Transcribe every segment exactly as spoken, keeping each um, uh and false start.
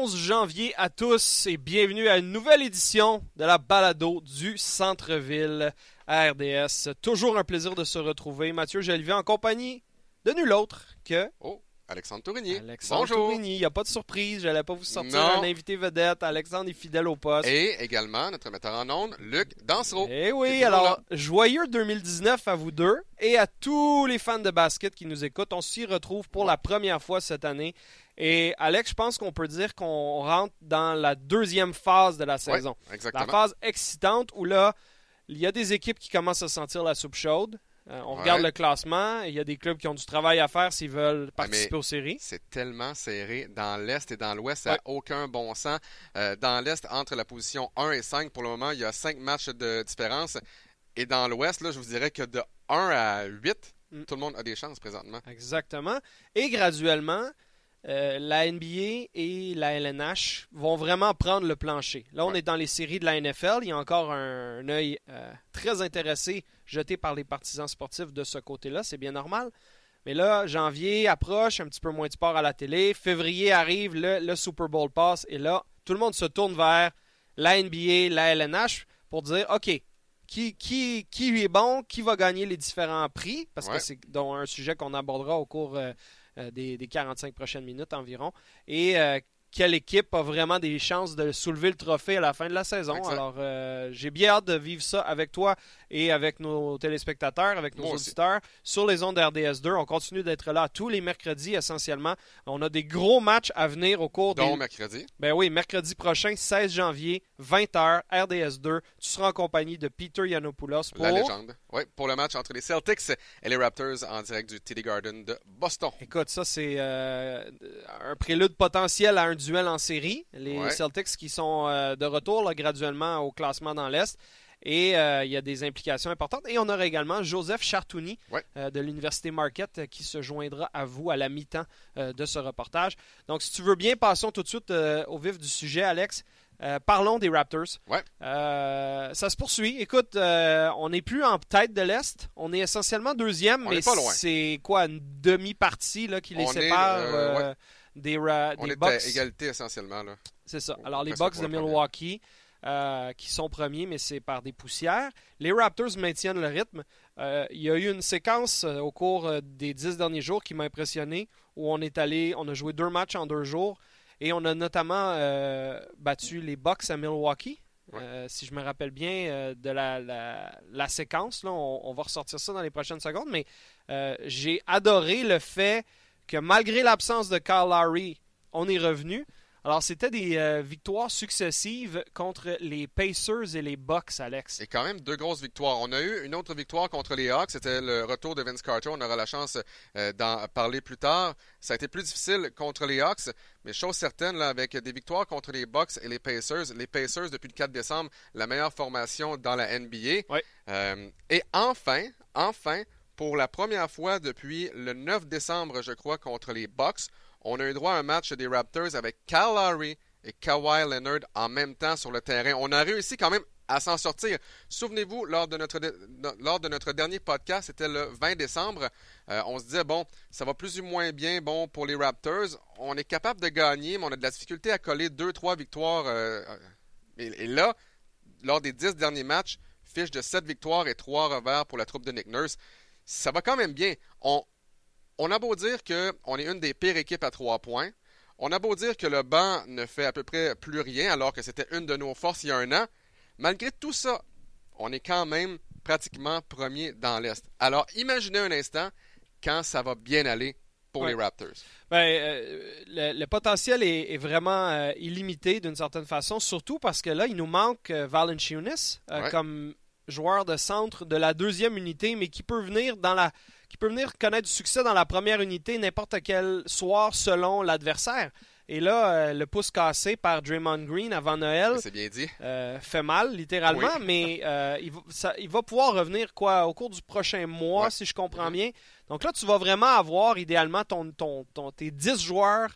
onze janvier à tous et bienvenue à une nouvelle édition de la balado du Centre-Ville à R D S. Toujours un plaisir de se retrouver. Mathieu Jolivet en compagnie de nul autre que... Oh, Alexandre Tourigny. Alexandre Bonjour. Tourigny. Il n'y a pas de surprise. Je n'allais pas vous sortir Non. un invité vedette. Alexandre est fidèle au poste. Et également notre metteur en ondes, Luc Dansereau. Eh oui, toujours alors, là. joyeux deux mille dix-neuf à vous deux et à tous les fans de basket qui nous écoutent. On s'y retrouve pour la première fois cette année. Et Alex, je pense qu'on peut dire qu'on rentre dans la deuxième phase de la saison. Ouais, exactement. La phase excitante où là, il y a des équipes qui commencent à sentir la soupe chaude. Euh, on Ouais. regarde le classement. Il y a des clubs qui ont du travail à faire s'ils veulent participer mais aux séries. C'est tellement serré dans l'Est et dans l'Ouest, ça n'a Ouais. aucun bon sens. Euh, dans l'Est, entre la position un et cinq, pour le moment, il y a cinq matchs de différence. Et dans l'Ouest, là, je vous dirais que de un à huit, Mm. tout le monde a des chances présentement. Exactement. Et graduellement, euh, la N B A et la L N H vont vraiment prendre le plancher. Là, on Ouais. est dans les séries de la N F L. Il y a encore un, un œil euh, très intéressé jeté par les partisans sportifs de ce côté-là. C'est bien normal. Mais là, janvier approche, un petit peu moins de sport à la télé. Février arrive, le, le Super Bowl passe. Et là, tout le monde se tourne vers la N B A, la L N H pour dire, OK, qui, qui, qui est bon, qui va gagner les différents prix, parce Ouais. que c'est donc un sujet qu'on abordera au cours euh, euh, des, des quarante-cinq prochaines minutes environ. Et euh, quelle équipe a vraiment des chances de soulever le trophée à la fin de la saison. Exact. Alors, euh, j'ai bien hâte de vivre ça avec toi et avec nos téléspectateurs, avec nos Moi aussi. auditeurs sur les ondes R D S deux. On continue d'être là tous les mercredis essentiellement. On a des gros matchs à venir au cours Donc, des... mercredi. Ben oui, mercredi prochain, seize janvier, vingt heures, R D S deux. Tu seras en compagnie de Peter Yanopoulos pour... La légende. Oui, pour le match entre les Celtics et les Raptors en direct du T D Garden de Boston. Écoute, ça c'est euh, un prélude potentiel à un duel en série. Les Ouais. Celtics qui sont euh, de retour là, graduellement au classement dans l'Est. Et euh, il y a des implications importantes. Et on aura également Joseph Chartouni Ouais. euh, de l'Université Marquette euh, qui se joindra à vous à la mi-temps euh, de ce reportage. Donc, si tu veux bien, passons tout de suite euh, au vif du sujet, Alex. Euh, parlons des Raptors. Ouais. Euh, ça se poursuit. Écoute, euh, on n'est plus en tête de l'Est. On est essentiellement deuxième, On mais est pas loin. c'est quoi, une demi-partie là, qui les On est, sépare euh, euh, ouais. des, Ra- On des est Bucks. à égalité essentiellement. Là. C'est ça. On Alors, les fait ça Bucks pour de le premier. Milwaukee euh, qui sont premiers, mais c'est par des poussières. Les Raptors maintiennent le rythme. Euh, il y a eu une séquence euh, au cours euh, des dix derniers jours qui m'a impressionné, où on est allé, on a joué deux matchs en deux jours, et on a notamment euh, battu les Bucks à Milwaukee. Ouais. Euh, si je me rappelle bien euh, de la, la, la séquence, là, on, on va ressortir ça dans les prochaines secondes, mais euh, j'ai adoré le fait que malgré l'absence de Kyle Lowry, on est revenu. Alors, c'était des euh, victoires successives contre les Pacers et les Bucks, Alex. Et quand même deux grosses victoires. On a eu une autre victoire contre les Hawks. C'était le retour de Vince Carter. On aura la chance euh, d'en parler plus tard. Ça a été plus difficile contre les Hawks. Mais chose certaine, là, avec des victoires contre les Bucks et les Pacers. Les Pacers, depuis le quatre décembre, la meilleure formation dans la N B A. Ouais. Euh, et enfin, enfin, pour la première fois depuis le neuf décembre, je crois, contre les Bucks, on a eu droit à un match des Raptors avec Kyle Lowry et Kawhi Leonard en même temps sur le terrain. On a réussi quand même à s'en sortir. Souvenez-vous, lors de notre, de, lors de notre dernier podcast, c'était le vingt décembre, euh, on se disait, bon, ça va plus ou moins bien bon pour les Raptors. On est capable de gagner, mais on a de la difficulté à coller deux trois victoires. Euh, et, et là, lors des dix derniers matchs, fiche de sept victoires et trois revers pour la troupe de Nick Nurse. Ça va quand même bien. On, on a beau dire qu'on est une des pires équipes à trois points. On a beau dire que le banc ne fait à peu près plus rien alors que c'était une de nos forces il y a un an. Malgré tout ça, on est quand même pratiquement premier dans l'Est. Alors imaginez un instant quand ça va bien aller pour Ouais. les Raptors. Ben, euh, le, le potentiel est, est vraiment euh, illimité d'une certaine façon, surtout parce que là, il nous manque euh, Valanciunas euh, Ouais. comme joueur de centre de la deuxième unité, mais qui peut venir dans la qui peut venir connaître du succès dans la première unité n'importe quel soir selon l'adversaire. Et là, euh, le pouce cassé par Draymond Green avant Noël C'est bien dit. euh, fait mal, littéralement, Oui. mais euh, il, va, ça, il va pouvoir revenir quoi au cours du prochain mois, Ouais. si je comprends Mm-hmm. bien. Donc là, tu vas vraiment avoir idéalement ton, ton, ton, tes dix joueurs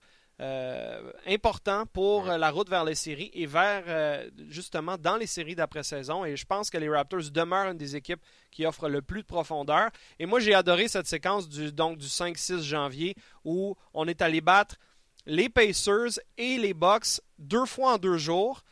euh, importants pour Ouais. euh, la route vers les séries et vers, euh, justement, dans les séries d'après-saison. Et je pense que les Raptors demeurent une des équipes qui offre le plus de profondeur. Et moi, j'ai adoré cette séquence du, donc, du cinq six janvier où on est allé battre les Pacers et les Bucks deux fois en deux jours.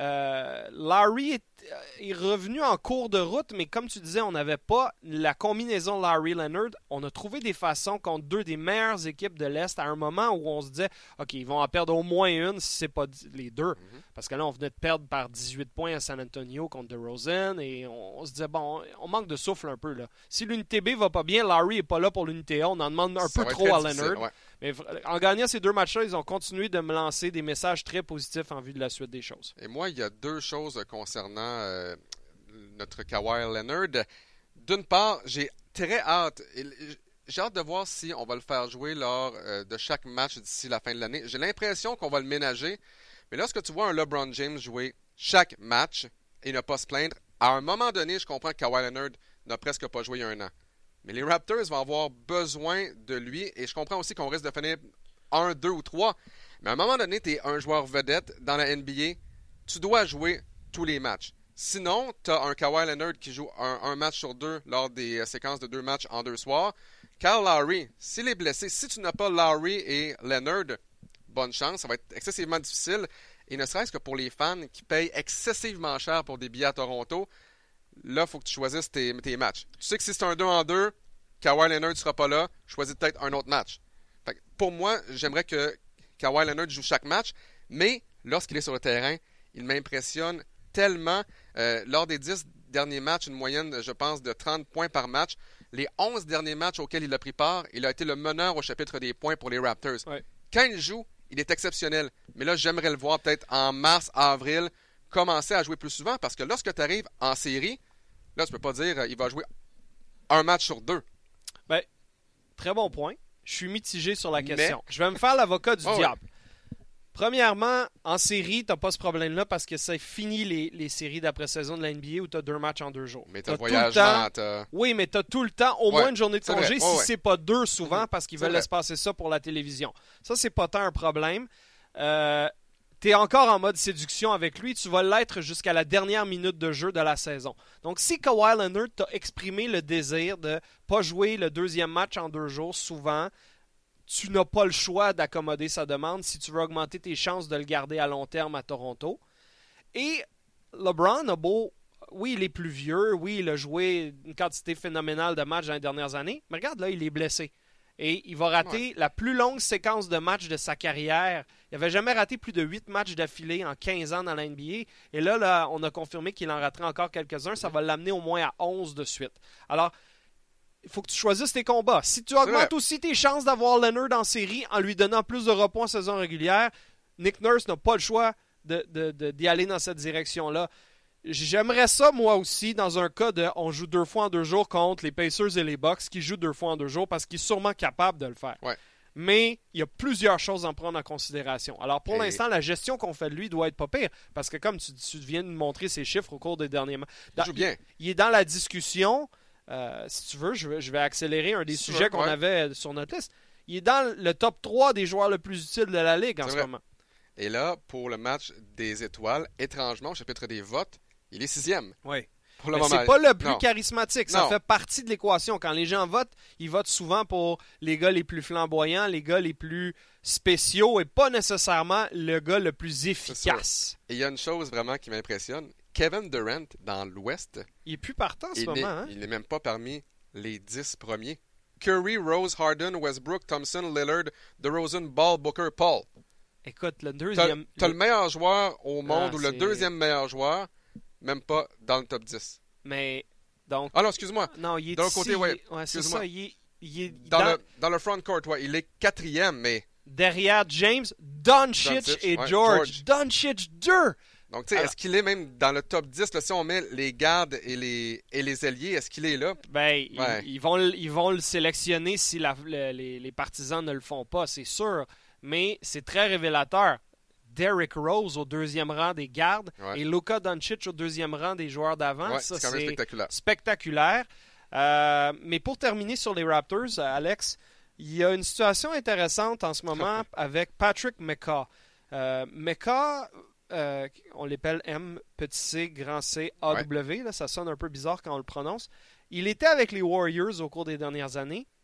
Euh, Larry est, est revenu en cours de route, mais comme tu disais, on n'avait pas la combinaison Larry-Leonard. On a trouvé des façons contre deux des meilleures équipes de l'Est à un moment où on se disait OK, ils vont en perdre au moins une si c'est pas les deux. Mm-hmm. Parce que là, on venait de perdre par dix-huit points à San Antonio contre DeRozan et on, on se disait bon, on manque de souffle un peu là. Si l'unité B va pas bien, Larry est pas là pour l'unité A. On en demande un Ça peu trop à Leonard. Ouais. Mais en gagnant ces deux matchs-là, ils ont continué de me lancer des messages très positifs en vue de la suite des choses. Et moi, il y a deux choses concernant euh, notre Kawhi Leonard. D'une part, j'ai très hâte. J'ai hâte de voir si on va le faire jouer lors euh, de chaque match d'ici la fin de l'année. J'ai l'impression qu'on va le ménager. Mais lorsque tu vois un LeBron James jouer chaque match et ne pas se plaindre, à un moment donné, je comprends que Kawhi Leonard n'a presque pas joué il y a un an. Mais les Raptors vont avoir besoin de lui. Et je comprends aussi qu'on risque de finir un, deux ou trois. Mais à un moment donné, tu es un joueur vedette dans la N B A. Tu dois jouer tous les matchs. Sinon, tu as un Kawhi Leonard qui joue un, un match sur deux lors des séquences de deux matchs en deux soirs. Kyle Lowry, s'il est blessé, si tu n'as pas Lowry et Leonard, bonne chance. Ça va être excessivement difficile. Et ne serait-ce que pour les fans qui payent excessivement cher pour des billets à Toronto, là, il faut que tu choisisses tes, tes matchs. Tu sais que si c'est un deux en deux, Kawhi Leonard ne sera pas là, choisis peut-être un autre match. Fait que pour moi, j'aimerais que Kawhi Leonard joue chaque match, mais lorsqu'il est sur le terrain, il m'impressionne tellement. Euh, lors des dix derniers matchs, une moyenne, je pense, de trente points par match. Les onze derniers matchs auxquels il a pris part, il a été le meneur au chapitre des points pour les Raptors. Ouais. Quand il joue, il est exceptionnel. Mais là, j'aimerais le voir peut-être en mars, avril, commencer à jouer plus souvent, parce que lorsque tu arrives en série, là, tu peux pas dire qu'il va jouer un match sur deux. Ben, très bon point. Je suis mitigé sur la question. Mais... Je vais me faire l'avocat du oh, diable. Ouais. Premièrement, en série, tu n'as pas ce problème-là parce que c'est fini les, les séries d'après-saison de la N B A où tu as deux matchs en deux jours. Mais tu as le voyagement. T'as... Oui, mais tu as tout le temps au ouais, moins une journée de congé vrai. si oh, ouais. c'est pas deux souvent mmh, parce qu'ils veulent vrai. laisser passer ça pour la télévision. Ça, c'est pas tant un problème. Euh, tu es encore en mode séduction avec lui. Tu vas l'être jusqu'à la dernière minute de jeu de la saison. Donc, si Kawhi Leonard t'a exprimé le désir de pas jouer le deuxième match en deux jours souvent, tu n'as pas le choix d'accommoder sa demande si tu veux augmenter tes chances de le garder à long terme à Toronto. Et LeBron a beau... Oui, il est plus vieux. Oui, il a joué une quantité phénoménale de matchs dans les dernières années. Mais regarde, là, il est blessé. Et il va rater ouais. la plus longue séquence de matchs de sa carrière. Il n'avait jamais raté plus de huit matchs d'affilée en quinze ans dans la N B A. Et là, là on a confirmé qu'il en raterait encore quelques-uns. Ça va l'amener au moins à onze de suite. Alors... il faut que tu choisisses tes combats. Si tu augmentes aussi tes chances d'avoir Leonard en série en lui donnant plus de repos en saison régulière, Nick Nurse n'a pas le choix de, de, de, d'y aller dans cette direction-là. J'aimerais ça, moi aussi, dans un cas de on joue deux fois en deux jours contre les Pacers et les Bucks qui jouent deux fois en deux jours parce qu'il est sûrement capable de le faire. Ouais. Mais il y a plusieurs choses à en prendre en considération. Alors, pour et... l'instant, la gestion qu'on fait de lui doit être pas pire parce que, comme tu, tu viens de montrer ses chiffres au cours des derniers mois, il joue bien. Il, il est dans la discussion... Euh, si tu veux, je vais, je vais accélérer un des si sujets veux, qu'on ouais. avait sur notre liste. Il est dans le top trois des joueurs le plus utiles de la Ligue en c'est ce vrai. moment. Et là, pour le match des étoiles, étrangement, au chapitre des votes, il est sixième. Oui. Pour le Mais moment. c'est pas le plus non. charismatique. Ça non. fait partie de l'équation. Quand les gens votent, ils votent souvent pour les gars les plus flamboyants, les gars les plus spéciaux et pas nécessairement le gars le plus efficace. Et il y a une chose vraiment qui m'impressionne. Kevin Durant, dans l'Ouest, il est plus partant en ce moment. Hein? Il n'est même pas parmi les dix premiers. Curry, Rose, Harden, Westbrook, Thompson, Lillard, DeRozan, Ball, Booker, Paul. Écoute, le deuxième... T'as, t'as le meilleur joueur au monde ah, ou le c'est... deuxième meilleur joueur, même pas dans le top dix. Mais, donc... Ah non, excuse-moi. Non, il est de l'autre ici, côté, ouais. ouais c'est ça, il est... Il est dans, dans... Le, dans le front court, ouais, il est quatrième, mais... Derrière James, Doncic, Doncic et ouais, George. George. Doncic deux! Donc, tu sais, est-ce qu'il est même dans le top dix, là, si on met les gardes et les, et les ailiers, est-ce qu'il est là? Ben, ouais. ils, ils, vont, ils vont le sélectionner si la, le, les, les partisans ne le font pas, c'est sûr. Mais c'est très révélateur. Derrick Rose au deuxième rang des gardes ouais. et Luka Doncic au deuxième rang des joueurs d'avant. Ouais, ça, c'est quand même c'est spectaculaire. spectaculaire. Euh, mais pour terminer sur les Raptors, Alex, il y a une situation intéressante en ce moment avec Patrick McCaw. Euh, McCaw... Euh, on l'appelle M, petit C, grand C, A W. Ouais. Là, ça sonne un peu bizarre quand on le prononce. Il était avec les Warriors au cours des dernières années.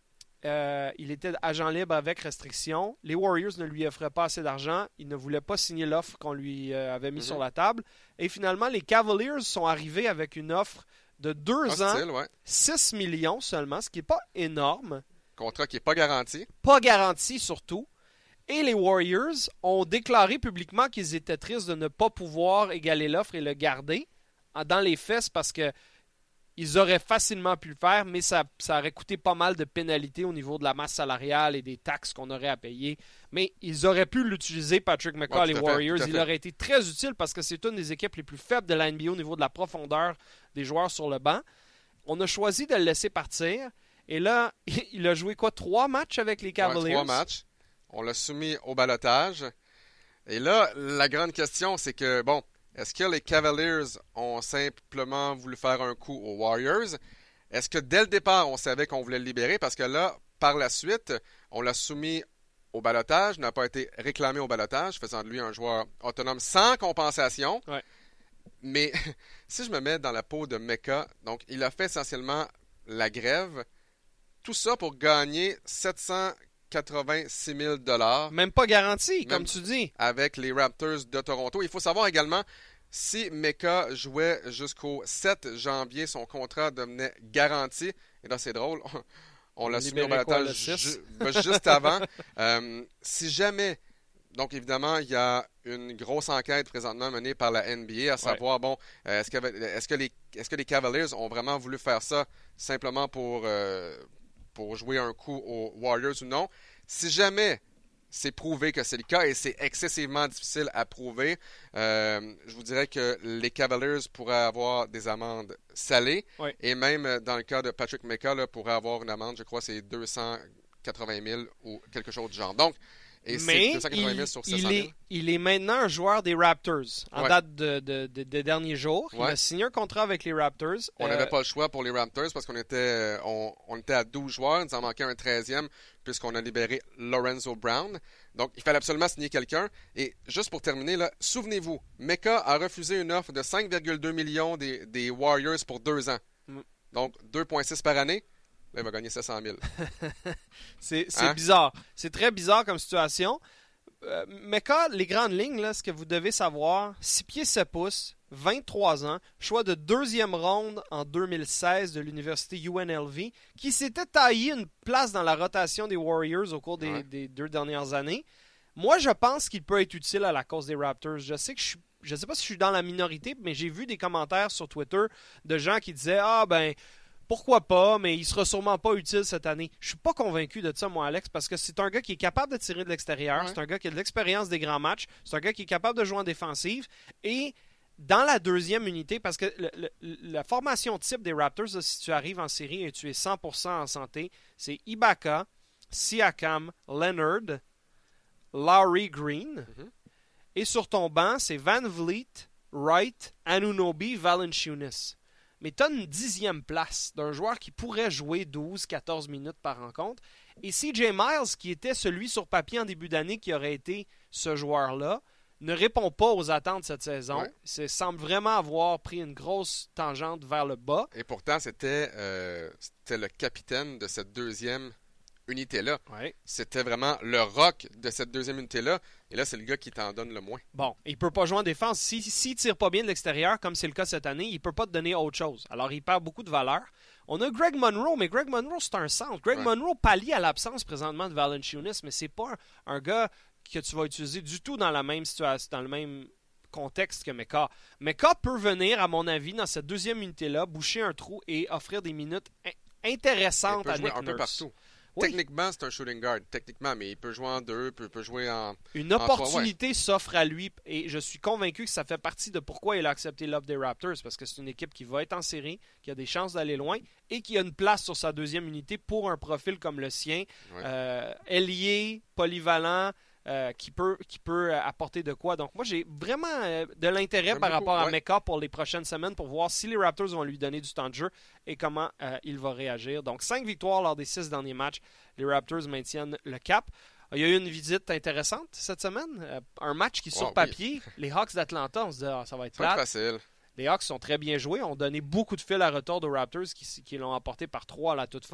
euh, il était agent libre avec restriction. Les Warriors ne lui offraient pas assez d'argent. Il ne voulait pas signer l'offre qu'on lui euh, avait mis mm-hmm. sur la table. Et finalement, les Cavaliers sont arrivés avec une offre de deux Hostile, ans, ouais. six millions seulement, ce qui n'est pas énorme. Contrat qui n'est pas garanti. Pas garanti surtout. Et les Warriors ont déclaré publiquement qu'ils étaient tristes de ne pas pouvoir égaler l'offre et le garder. Dans les faits, parce que ils auraient facilement pu le faire, mais ça, ça aurait coûté pas mal de pénalités au niveau de la masse salariale et des taxes qu'on aurait à payer. Mais ils auraient pu l'utiliser, Patrick McCaw, ouais, les Warriors. Fait, Il aurait été très utile parce que c'est une des équipes les plus faibles de la N B A au niveau de la profondeur des joueurs sur le banc. On a choisi de le laisser partir. Et là, il a joué quoi? Trois matchs avec les Cavaliers? Ouais, trois matchs. On l'a soumis au ballottage. Et là, la grande question, c'est que, bon, est-ce que les Cavaliers ont simplement voulu faire un coup aux Warriors? Est-ce que dès le départ, on savait qu'on voulait le libérer? Parce que là, par la suite, on l'a soumis au ballottage, n'a pas été réclamé au ballottage, faisant de lui un joueur autonome sans compensation. Ouais. Mais si je me mets dans la peau de Mecca, donc il a fait essentiellement la grève, tout ça pour gagner sept cent quatre-vingt-six mille dollars. Même pas garanti, comme tu dis. Avec les Raptors de Toronto. Il faut savoir également, si Mecca jouait jusqu'au sept janvier, son contrat devenait garanti. Et là, c'est drôle. On, on l'a soumis au ballottage ju- juste avant. euh, si jamais... Donc, évidemment, il y a une grosse enquête présentement menée par la N B A à savoir, ouais. bon, euh, est-ce, que, est-ce, que les, est-ce que les Cavaliers ont vraiment voulu faire ça simplement pour... Euh, pour jouer un coup aux Warriors ou non. Si jamais c'est prouvé que c'est le cas, et c'est excessivement difficile à prouver, euh, je vous dirais que les Cavaliers pourraient avoir des amendes salées, oui. et même dans le cas de Patrick McCaw, là, pourrait avoir une amende, je crois, c'est deux cent quatre-vingt mille ou quelque chose du genre. Donc, et mais c'est deux cent quatre-vingt mille sur sept cent mille. Il est, il est maintenant un joueur des Raptors en ouais. date de, de, de, de derniers jours. Il ouais. a signé un contrat avec les Raptors. On euh... n'avait pas le choix pour les Raptors parce qu'on était, on, on était à douze joueurs. Il nous en manquait un treizième puisqu'on a libéré Lorenzo Brown. Donc, il fallait absolument signer quelqu'un. Et juste pour terminer, là, souvenez-vous, Mecca a refusé une offre de cinq virgule deux millions des, des Warriors pour deux ans. Mm. Donc, deux virgule six par année. Là, il va gagner sept cent mille. c'est c'est hein? bizarre. C'est très bizarre comme situation. Euh, Mecca, les grandes lignes, là, ce que vous devez savoir, six pieds sept pouces, vingt-trois ans, choix de deuxième ronde en deux mille seize de l'université U N L V, qui s'était taillé une place dans la rotation des Warriors au cours des, ouais. des deux dernières années. Moi, je pense qu'il peut être utile à la cause des Raptors. Je sais que je suis je sais pas si je suis dans la minorité, mais j'ai vu des commentaires sur Twitter de gens qui disaient « Ah, ben... pourquoi pas, mais il sera sûrement pas utile cette année. » Je suis pas convaincu de ça, moi, Alex, parce que c'est un gars qui est capable de tirer de l'extérieur, ouais. c'est un gars qui a de l'expérience des grands matchs, c'est un gars qui est capable de jouer en défensive, et dans la deuxième unité, parce que le, le, la formation type des Raptors, là, si tu arrives en série et tu es cent pour cent en santé, c'est Ibaka, Siakam, Leonard, Lowry Green, mm-hmm. et sur ton banc, c'est Van Vliet, Wright, Anunoby, Valanciunas. Mais tu as une dixième place d'un joueur qui pourrait jouer douze à quatorze minutes par rencontre. Et C J Miles, qui était celui sur papier en début d'année qui aurait été ce joueur-là, ne répond pas aux attentes cette saison. Ouais. Il semble vraiment avoir pris une grosse tangente vers le bas. Et pourtant, c'était, euh, c'était le capitaine de cette deuxième unité-là. Ouais. C'était vraiment le rock de cette deuxième unité-là. Et là, c'est le gars qui t'en donne le moins. Bon, il peut pas jouer en défense. S'il si, si tire pas bien de l'extérieur, comme c'est le cas cette année, il peut pas te donner autre chose. Alors, il perd beaucoup de valeur. On a Greg Monroe, mais Greg Monroe, c'est un centre. Greg ouais. Monroe pallie à l'absence présentement de Valanciunas, mais c'est pas un, un gars que tu vas utiliser du tout dans la même situation, dans le même contexte que Mecca. Mecca peut venir, à mon avis, dans cette deuxième unité-là, boucher un trou et offrir des minutes intéressantes à Nick Nurse. Un peu partout. Oui. Techniquement, c'est un shooting guard, techniquement, mais il peut jouer en deux, il peut, peut jouer en... Une en opportunité trois, ouais. s'offre à lui, et je suis convaincu que ça fait partie de pourquoi il a accepté l'offre des Raptors, parce que c'est une équipe qui va être en série, qui a des chances d'aller loin, et qui a une place sur sa deuxième unité pour un profil comme le sien, ouais. euh, ailier, polyvalent, Euh, qui peut qui peut apporter de quoi. Donc moi j'ai vraiment euh, de l'intérêt J'aime par beaucoup, rapport à ouais. Mecca pour les prochaines semaines pour voir si les Raptors vont lui donner du temps de jeu et comment euh, il va réagir. Donc cinq victoires lors des six derniers matchs. Les Raptors maintiennent le cap. Il y a eu une visite intéressante cette semaine. Euh, un match qui, sur wow, papier, oui. les Hawks d'Atlanta, on se dit ah, ça va être pas plate. facile. Les Hawks sont très bien joués, ont donné beaucoup de fil à retordre aux Raptors qui, qui l'ont emporté par trois à la toute fin.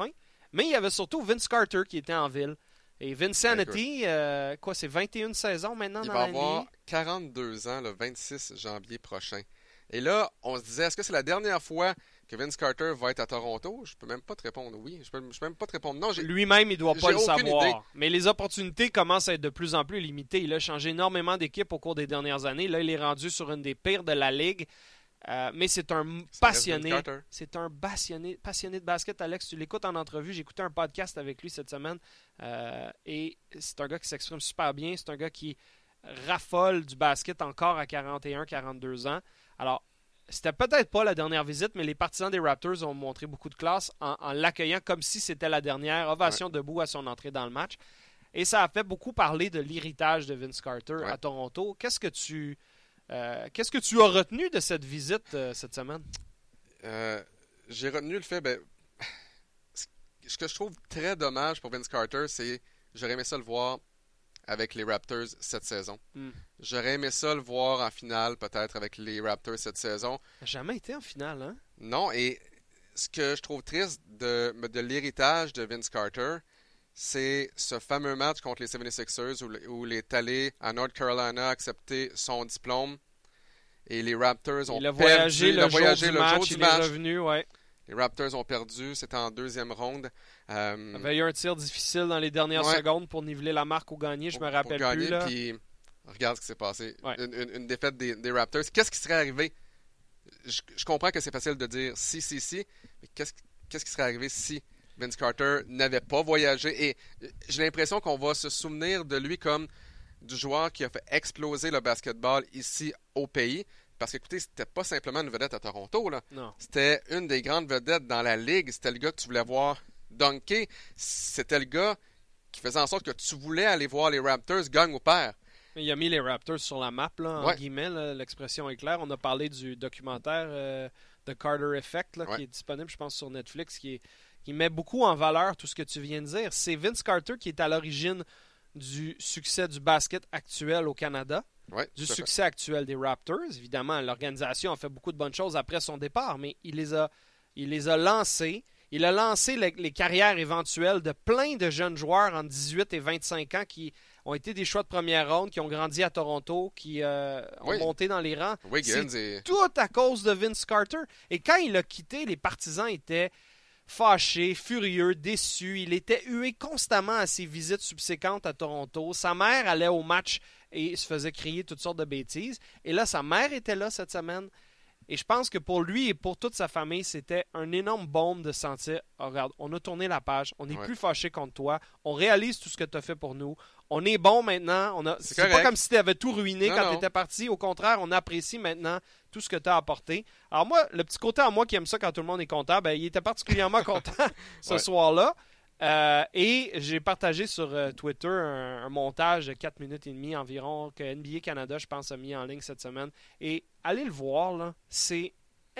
Mais il y avait surtout Vince Carter qui était en ville. Et Vinsanity, euh, quoi, c'est vingt et une saisons maintenant il dans va la avoir N B A? quarante-deux ans le vingt-six janvier prochain. Et là, on se disait, est-ce que c'est la dernière fois que Vince Carter va être à Toronto? Je peux même pas te répondre oui. Je peux, je peux même pas te répondre non. J'ai... Lui-même, il doit pas J'ai le aucune savoir. idée. Mais les opportunités commencent à être de plus en plus limitées. Il a changé énormément d'équipes au cours des dernières années. Là, il est rendu sur une des pires de la Ligue. Euh, mais c'est un Ça passionné. reste Vince Carter. C'est un passionné, passionné de basket, Alex. Tu l'écoutes en entrevue. J'ai écouté un podcast avec lui cette semaine. Euh, et c'est un gars qui s'exprime super bien. C'est un gars qui raffole du basket encore à quarante et un quarante-deux ans. Alors, c'était peut-être pas la dernière visite, mais les partisans des Raptors ont montré beaucoup de classe en, en l'accueillant comme si c'était la dernière. Ovation Ouais. debout à son entrée dans le match. Et ça a fait beaucoup parler de l'héritage de Vince Carter Ouais. à Toronto. Qu'est-ce que tu... Euh, qu'est-ce que tu as retenu de cette visite euh, cette semaine? Euh, j'ai retenu le fait, ben, ce que je trouve très dommage pour Vince Carter, c'est j'aurais aimé ça le voir avec les Raptors cette saison. Mm. J'aurais aimé ça le voir en finale, peut-être, avec les Raptors cette saison. Il n'a jamais été en finale, hein? Non, et ce que je trouve triste de, de l'héritage de Vince Carter, c'est ce fameux match contre les seventy-sixers où, où il est allé à North Carolina accepter son diplôme et les Raptors ont Il a perdu. voyagé il le, a jour, voyagé du le match, jour du il match. est revenu, ouais. Les Raptors ont perdu, c'était en deuxième ronde. Euh, Il avait eu un tir difficile dans les dernières Ouais. secondes pour niveler la marque ou gagner, je pour, me rappelle pour gagner, plus. Là. puis regarde ce qui s'est passé. Ouais. Une, une- une défaite des, des Raptors. Qu'est-ce qui serait arrivé? Je, je comprends que c'est facile de dire si, si, si, mais qu'est-ce, qu'est-ce qui serait arrivé si Vince Carter n'avait pas voyagé? Et j'ai l'impression qu'on va se souvenir de lui comme du joueur qui a fait exploser le basketball ici au pays. Parce qu'écoutez, c'était pas simplement une vedette à Toronto, là. Non. C'était une des grandes vedettes dans la ligue. C'était le gars que tu voulais voir dunker. C'était le gars qui faisait en sorte que tu voulais aller voir les Raptors gagne ou perdre. Mais il a mis les Raptors sur la map, là, en Ouais. guillemets, là, l'expression est claire. On a parlé du documentaire euh, The Carter Effect, là, Ouais. qui est disponible, je pense, sur Netflix, qui, est, qui met beaucoup en valeur tout ce que tu viens de dire. C'est Vince Carter qui est à l'origine du succès du basket actuel au Canada, Ouais, du tout à fait. succès actuel des Raptors. Évidemment, l'organisation a fait beaucoup de bonnes choses après son départ, mais il les a, il les a lancés. Il a lancé les, les carrières éventuelles de plein de jeunes joueurs entre dix-huit et vingt-cinq ans qui ont été des choix de première ronde, qui ont grandi à Toronto, qui euh, ont Oui. monté dans les rangs. Wiggins C'est et... tout à cause de Vince Carter. Et quand il a quitté, les partisans étaient fâchés, furieux, déçus. Il était hué constamment à ses visites subséquentes à Toronto. Sa mère allait au match et se faisait crier toutes sortes de bêtises. Et là, sa mère était là cette semaine. Et je pense que pour lui et pour toute sa famille, c'était un énorme baume de sentir oh, regarde, on a tourné la page, on n'est Ouais. plus fâché contre toi, on réalise tout ce que tu as fait pour nous, on est bon maintenant. On a... C'est C'est pas correct. comme si tu avais tout ruiné Non, quand non. tu étais parti. Au contraire, on apprécie maintenant tout ce que tu as apporté. Alors, moi, le petit côté à moi qui aime ça quand tout le monde est content, ben, il était particulièrement content ce Ouais. soir-là. Euh, et j'ai partagé sur euh, Twitter un, un montage de quatre minutes et demie environ que N B A Canada, je pense, a mis en ligne cette semaine. Et allez le voir, là, c'est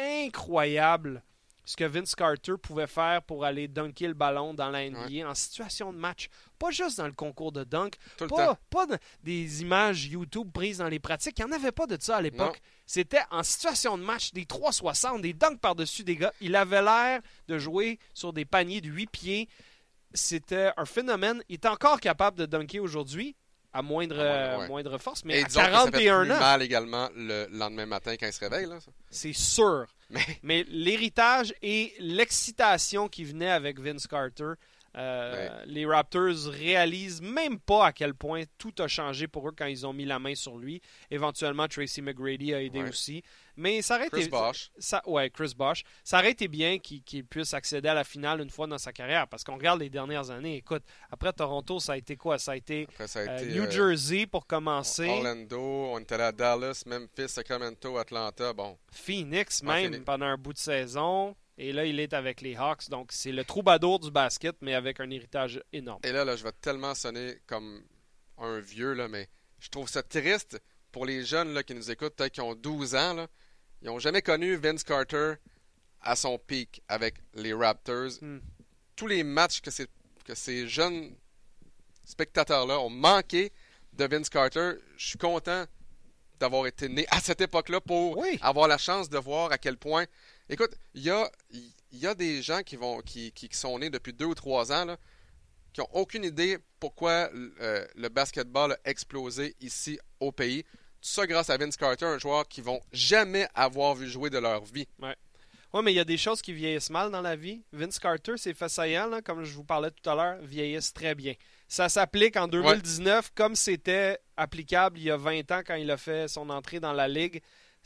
incroyable ce que Vince Carter pouvait faire pour aller dunker le ballon dans la N B A Ouais. en situation de match. Pas juste dans le concours de dunk, Tout le pas, temps. pas de- des images YouTube prises dans les pratiques. Il n'y en avait pas de ça à l'époque. Non. C'était en situation de match, des trois cent soixante, des dunks par-dessus des gars. Il avait l'air de jouer sur des paniers de huit pieds. C'était un phénomène. Il est encore capable de dunker aujourd'hui, à moindre, À moindre, ouais. euh, moindre force, mais Et à disons que ça fait quarante et un plus ans, mal également le lendemain matin quand il se réveille. Là, ça. c'est sûr. Mais Mais l'héritage et l'excitation qui venait avec Vince Carter, euh, Ouais. les Raptors réalisent même pas à quel point tout a changé pour eux quand ils ont mis la main sur lui. Éventuellement, Tracy McGrady a aidé Ouais. aussi. Mais ça aurait Chris été, Bosh. ça, ouais, Chris Bosh. Ça aurait été bien qu'il qu'il puisse accéder à la finale une fois dans sa carrière. Parce qu'on regarde les dernières années. Écoute, après Toronto, ça a été quoi? Ça a été Après, ça a euh, été New euh, Jersey pour commencer. Orlando, on était allé à Dallas, Memphis, Sacramento, Atlanta. Bon, Phoenix Ah, même Phoenix. pendant un bout de saison. Et là, il est avec les Hawks. Donc, c'est le troubadour du basket, mais avec un héritage énorme. et là, là, je vais tellement sonner comme un vieux, là, mais je trouve ça triste pour les jeunes là, qui nous écoutent, peut-être qui ont douze ans. Là. Ils n'ont jamais connu Vince Carter à son pic avec les Raptors. Hmm. Tous les matchs que ces, que ces jeunes spectateurs-là ont manqué de Vince Carter, je suis content d'avoir été né à cette époque-là pour Oui. avoir la chance de voir à quel point Écoute, il y a, il y a des gens qui, vont, qui, qui, qui sont nés depuis deux ou trois ans, là, qui n'ont aucune idée pourquoi euh, le basketball a explosé ici au pays. Tout ça grâce à Vince Carter, un joueur qu'ils vont jamais avoir vu jouer de leur vie. Ouais. Oui, mais il y a des choses qui vieillissent mal dans la vie. Vince Carter, ses faits saillants, là, comme je vous parlais tout à l'heure, vieillissent très bien. Ça s'applique en deux mille dix-neuf ouais. comme c'était applicable il y a vingt ans quand il a fait son entrée dans la Ligue.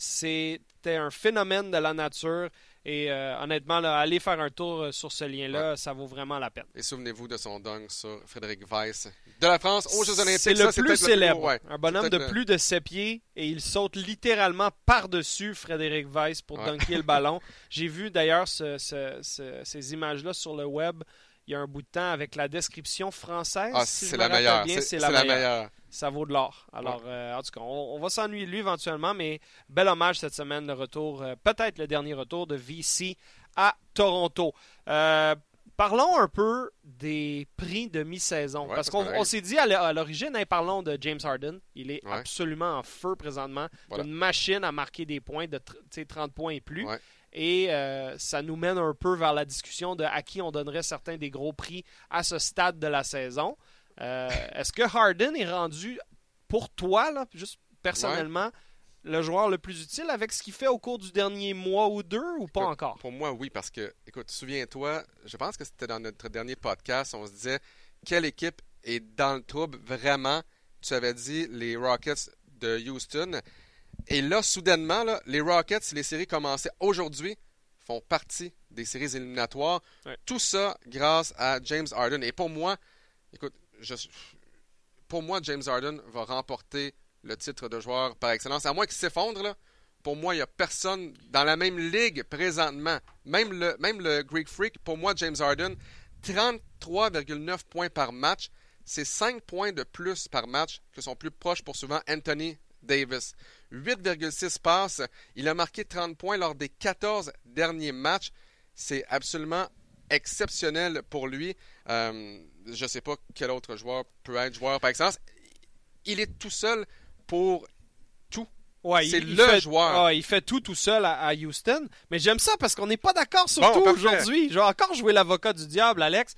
C'était un phénomène de la nature. Et euh, honnêtement, là, aller faire un tour sur ce lien-là, ouais. ça vaut vraiment la peine. Et souvenez-vous de son dunk sur Frédéric Weiss de la France aux Jeux Olympiques. C'est le ça, plus c'est célèbre. Le plus, ouais. Un bonhomme de le... plus de sept pieds et il saute littéralement par-dessus Frédéric Weiss pour ouais. dunker le ballon. J'ai vu d'ailleurs ce, ce, ce, ces images-là sur le web il y a un bout de temps avec la description française. Ah, si c'est, je la me rappelle bien, c'est, c'est, c'est la, la meilleure. meilleure. Ça vaut de l'or. Alors, ouais. euh, en tout cas, on, on va s'ennuyer de lui éventuellement, mais bel hommage cette semaine, le retour, euh, peut-être le dernier retour de V C à Toronto. Euh, parlons un peu des prix de mi-saison. Ouais, parce qu'on on s'est dit à l'origine, hein, parlons de James Harden. Il est ouais. absolument en feu présentement. Voilà. Une machine à marquer des points, de trente points et plus. Ouais. Et euh, ça nous mène un peu vers la discussion de à qui on donnerait certains des gros prix à ce stade de la saison. Euh, est-ce que Harden est rendu, pour toi, là, juste personnellement, ouais. le joueur le plus utile avec ce qu'il fait au cours du dernier mois ou deux, ou pas écoute, encore? Pour moi, oui, parce que, écoute, souviens-toi, je pense que c'était dans notre dernier podcast, on se disait, quelle équipe est dans le trouble vraiment? Tu avais dit les Rockets de Houston. Et là, soudainement, là, les Rockets, si les séries commençaient aujourd'hui, font partie des séries éliminatoires. Ouais. Tout ça grâce à James Harden. Et pour moi, écoute, je, pour moi, James Harden va remporter le titre de joueur par excellence. À moins qu'il s'effondre, là, pour moi, il n'y a personne dans la même ligue présentement. Même le, même le Greek Freak, pour moi, James Harden, trente-trois virgule neuf points par match. C'est cinq points de plus par match que son plus proche pour souvent Anthony Davis. huit virgule six passes. Il a marqué trente points lors des quatorze derniers matchs. C'est absolument exceptionnel pour lui. Euh, je ne sais pas quel autre joueur peut être joueur par excellence. Il est tout seul pour tout. Ouais, c'est il, le il fait, joueur. Ah, il fait tout tout seul à, à Houston. Mais j'aime ça parce qu'on n'est pas d'accord sur bon, tout parfait. Aujourd'hui. Je vais encore jouer l'avocat du diable, Alex.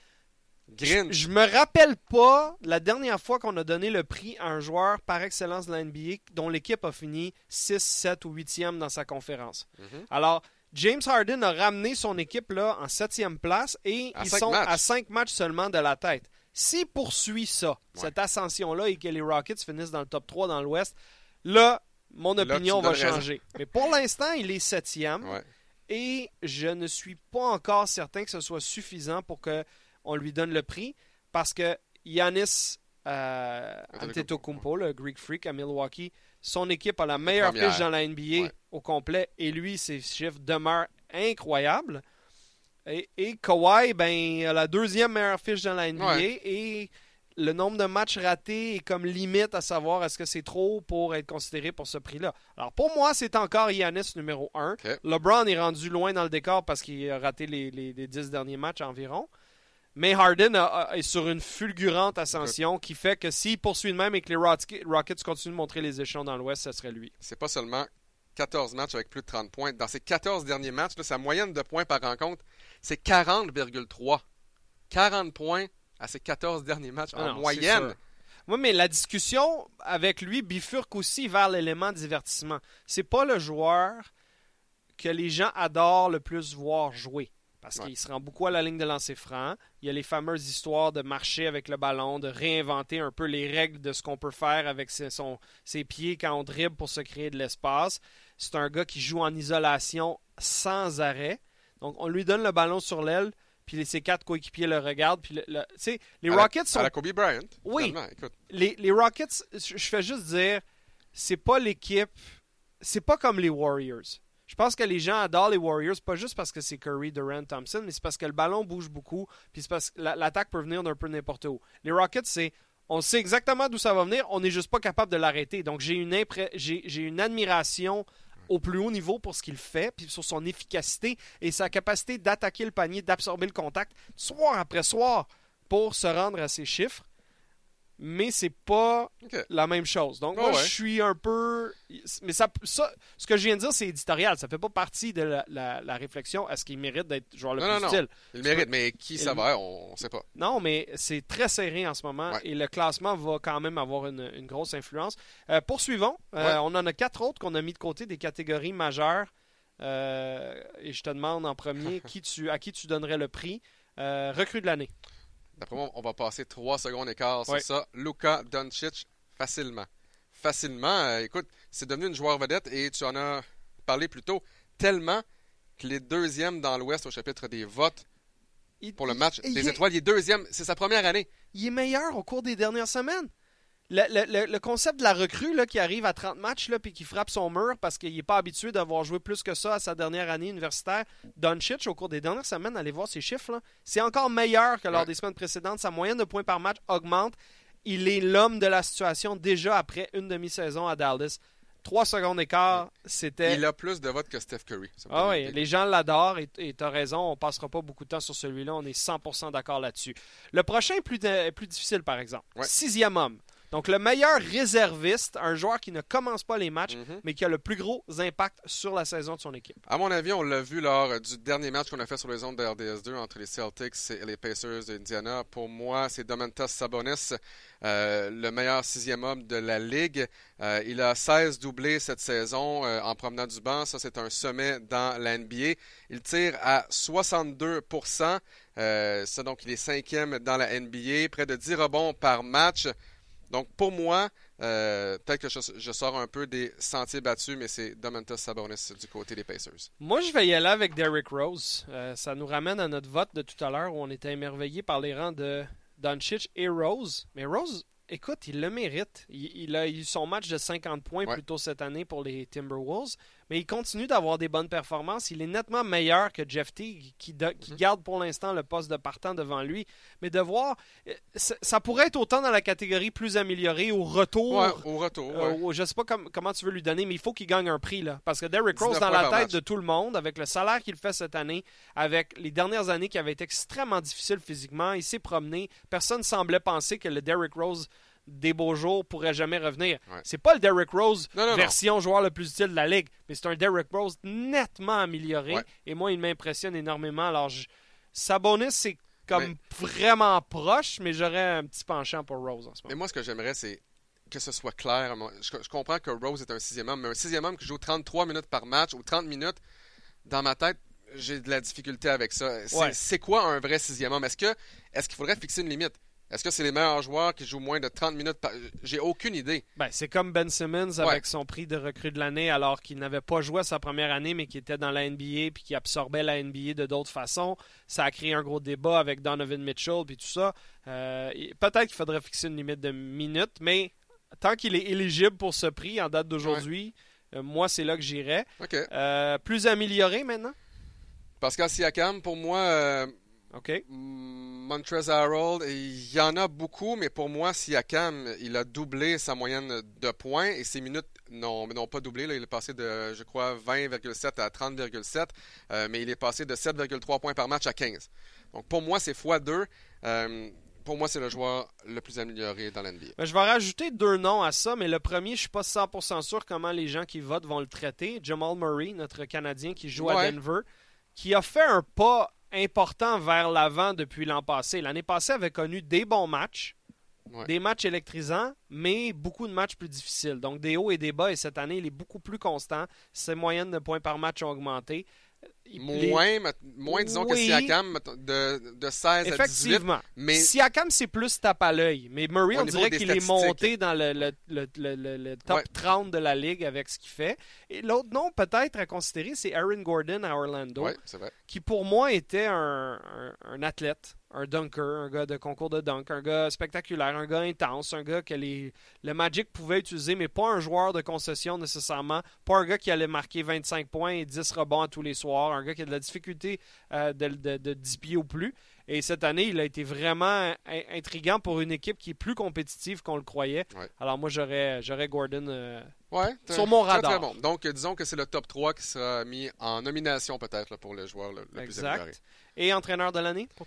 Je, je me rappelle pas la dernière fois qu'on a donné le prix à un joueur par excellence de la N B A dont l'équipe a fini six, sept ou huitième dans sa conférence. Mm-hmm. Alors, James Harden a ramené son équipe là en septième place et à ils sont matchs. à cinq matchs seulement de la tête. S'il poursuit ça, ouais. cette ascension-là et que les Rockets finissent dans le top trois dans l'Ouest, là, mon là, opinion va changer. Raison. Mais pour l'instant, il est septième ouais. et je ne suis pas encore certain que ce soit suffisant pour que on lui donne le prix parce que Giannis euh, Antetokounmpo, le Greek Freak à Milwaukee, son équipe a la meilleure Première. fiche dans la N B A ouais. au complet et lui, ses chiffres demeurent incroyables. Et, et Kawhi, ben, a la deuxième meilleure fiche dans la N B A ouais. et le nombre de matchs ratés est comme limite à savoir est-ce que c'est trop pour être considéré pour ce prix-là. Alors pour moi, c'est encore Giannis numéro un. Okay. LeBron est rendu loin dans le décor parce qu'il a raté les, les, les dix derniers matchs environ. Mais Harden a, a, est sur une fulgurante ascension qui fait que s'il poursuit de même et que les Rockets continuent de montrer les échelons dans l'Ouest, ce serait lui. C'est pas seulement quatorze matchs avec plus de trente points. Dans ces quatorze derniers matchs, là, sa moyenne de points par rencontre, c'est quarante virgule trois. quarante points à ces quatorze derniers matchs ah en non, moyenne. Oui, mais la discussion avec lui bifurque aussi vers l'élément divertissement. C'est pas le joueur que les gens adorent le plus voir jouer. Parce ouais. qu'il se rend beaucoup à la ligne de lancer franc. Il y a les fameuses histoires de marcher avec le ballon, de réinventer un peu les règles de ce qu'on peut faire avec ses, son, ses pieds quand on dribble pour se créer de l'espace. C'est un gars qui joue en isolation sans arrêt. Donc, on lui donne le ballon sur l'aile, puis ses quatre coéquipiers le regardent. Puis le, le, les à Rockets la, sont... À la Kobe Bryant. Oui. Les, les Rockets, je fais juste dire, c'est pas l'équipe... C'est pas comme les Warriors. Je pense que les gens adorent les Warriors, pas juste parce que c'est Curry, Durant, Thompson, mais c'est parce que le ballon bouge beaucoup, puis c'est parce que l'attaque peut venir d'un peu n'importe où. Les Rockets, c'est, on sait exactement d'où ça va venir, on n'est juste pas capable de l'arrêter. Donc j'ai une, impré- j'ai, j'ai une admiration au plus haut niveau pour ce qu'il fait, puis sur son efficacité et sa capacité d'attaquer le panier, d'absorber le contact, soir après soir, pour se rendre à ses chiffres. mais c'est pas Okay. la même chose. Donc, Oh, moi, ouais. je suis un peu... Mais ça, ça, ce que je viens de dire, c'est éditorial. Ça fait pas partie de la, la, la réflexion. Est-ce qu'il mérite d'être joueur le Non, plus non, non. utile? Il le mérite, mais qui ça Il- va, on ne sait pas. Non, mais c'est très serré en ce moment Ouais. et le classement va quand même avoir une, une grosse influence. Euh, poursuivons. Euh, Ouais. On en a quatre autres qu'on a mis de côté, des catégories majeures. Euh, et je te demande en premier qui tu, à qui tu donnerais le prix. Euh, recrue de l'année. D'après moi, on va passer trois secondes d'écart sur Ouais. ça. Luka Doncic, facilement. Facilement. Euh, écoute, c'est devenu une joueur vedette et tu en as parlé plus tôt. Tellement que les deuxièmes dans l'Ouest au chapitre des votes Il- pour le il- match il des est- étoiles, il est deuxième. C'est sa première année. Il est meilleur au cours des dernières semaines. Le, le- le- le concept de la recrue là, qui arrive à trente matchs et qui frappe son mur parce qu'il n'est pas habitué d'avoir joué plus que ça à sa dernière année universitaire. Doncic, au cours des dernières semaines, allez voir ses chiffres, là, c'est encore meilleur que lors Ouais. des semaines précédentes. Sa moyenne de points par match augmente. Il est l'homme de la situation déjà après une demi-saison à Dallas. Trois secondes d'écart, c'était... Il a plus de votes que Steph Curry. Ça me Ah donne oui, une idée. les gens l'adorent et tu as raison, on passera pas beaucoup de temps sur celui-là, on est cent pour cent d'accord là-dessus. Le prochain est plus, de- plus difficile par exemple. Ouais. Sixième homme. Donc le meilleur réserviste, un joueur qui ne commence pas les matchs, Mhm. mais qui a le plus gros impact sur la saison de son équipe. À mon avis, on l'a vu lors du dernier match qu'on a fait sur les ondes de R D S deux entre les Celtics et les Pacers d'Indiana. Pour moi, c'est Domantas Sabonis, euh, le meilleur sixième homme de la Ligue. Euh, il a seize doublés cette saison euh, en promenant du banc. Ça, c'est un sommet dans la N B A. Il tire à soixante-deux pour cent. Euh, ça, donc, il est cinquième dans la N B A. Près de dix rebonds par match. Donc, pour moi, euh, peut-être que je, je sors un peu des sentiers battus, mais c'est Domantas Sabonis du côté des Pacers. Moi, je vais y aller avec Derrick Rose. Euh, ça nous ramène à notre vote de tout à l'heure où on était émerveillés par les rangs de Doncic et Rose. Mais Rose, écoute, il le mérite. Il, il a eu son match de cinquante points Ouais. plus tôt cette année pour les Timberwolves, mais il continue d'avoir des bonnes performances. Il est nettement meilleur que Jeff Teague, qui, de- qui Mhm. garde pour l'instant le poste de partant devant lui. Mais de voir, euh, ça, ça pourrait être autant dans la catégorie plus améliorée au retour. Ouais, au retour. Euh, ouais. ou- je sais pas com- comment tu veux lui donner, mais il faut qu'il gagne un prix. Là, parce que Derrick Rose, dix-neuf dans points la par tête match. de tout le monde, avec le salaire qu'il fait cette année, avec les dernières années qui avaient été extrêmement difficiles physiquement, il s'est promené. Personne semblait penser que le Derrick Rose des beaux jours pourrait jamais revenir. Ouais. C'est pas le Derrick Rose Non, non, non. version joueur le plus utile de la ligue, mais c'est un Derrick Rose nettement amélioré. Ouais. Et moi, il m'impressionne énormément. Alors, je... Sabonis, c'est comme Mais- vraiment proche, mais j'aurais un petit penchant pour Rose en ce Mais moment. moi, ce que j'aimerais, c'est que ce soit clair. Moi, Je, je comprends que Rose est un sixième homme, mais un sixième homme qui joue trente-trois minutes par match ou trente minutes, dans ma tête, j'ai de la difficulté avec ça. C'est Ouais. c'est quoi un vrai sixième homme? Est-ce que est-ce qu'il faudrait fixer une limite? Est-ce que c'est les meilleurs joueurs qui jouent moins de trente minutes par... J'ai aucune idée. Ben, c'est comme Ben Simmons Ouais. avec son prix de recrue de l'année alors qu'il n'avait pas joué sa première année mais qui était dans la N B A puis qui absorbait la N B A de d'autres façons. Ça a créé un gros débat avec Donovan Mitchell puis tout ça. Euh, et peut-être qu'il faudrait fixer une limite de minutes, mais tant qu'il est éligible pour ce prix en date d'aujourd'hui, euh, moi c'est là que j'irais. OK. Euh, plus amélioré maintenant? Pascal Siakam, pour moi, euh, OK. Montrezl Harrell, il y en a beaucoup, mais pour moi, Siakam, il a doublé sa moyenne de points et ses minutes n'ont n'ont pas doublé. Là. Il est passé de, je crois, vingt virgule sept à trente virgule sept, euh, mais il est passé de sept virgule trois points par match à quinze. Donc pour moi, c'est fois deux. Euh, pour moi, c'est le joueur le plus amélioré dans l'N B A. Ben, je vais rajouter deux noms à ça, mais le premier, je ne suis pas cent pour cent sûr comment les gens qui votent vont le traiter. Jamal Murray, notre Canadien qui joue à Ouais. Denver, qui a fait un pas important vers l'avant depuis l'an passé. L'année passée avait connu des bons matchs, Ouais. des matchs électrisants, mais beaucoup de matchs plus difficiles. Donc des hauts et des bas, et cette année, il est beaucoup plus constant. Ses moyennes de points par match ont augmenté. Il- les- Moins, mat- moins disons que Oui. Siakam, mettons, de, de seize à dix-huit. Effectivement. Mais Siakam, c'est plus tape à l'œil. Mais Murray, Au on niveau dirait des qu'il est statistiques. monté dans le, le- le- le- le- le top Ouais. trente de la ligue avec ce qu'il fait. Et l'autre nom, peut-être, à considérer, c'est Aaron Gordon à Orlando, oui, c'est vrai. qui pour moi était un, un- un athlète, un dunker, un gars de concours de dunk, un gars spectaculaire, un gars intense, un gars que les, le Magic pouvait utiliser, mais pas un joueur de concession nécessairement, pas un gars qui allait marquer vingt-cinq points et dix rebonds à tous les soirs, un gars qui a de la difficulté euh, de, de, de dix pieds ou plus. Et cette année, il a été vraiment in- intriguant pour une équipe qui est plus compétitive qu'on le croyait. Ouais. Alors moi, j'aurais, j'aurais Gordon euh, Ouais, sur mon très, radar. Très bon. Donc, euh, disons que c'est le top trois qui sera mis en nomination peut-être là, pour le joueur le, le plus amélioré. Exact. Et entraîneur de l'année pour toi?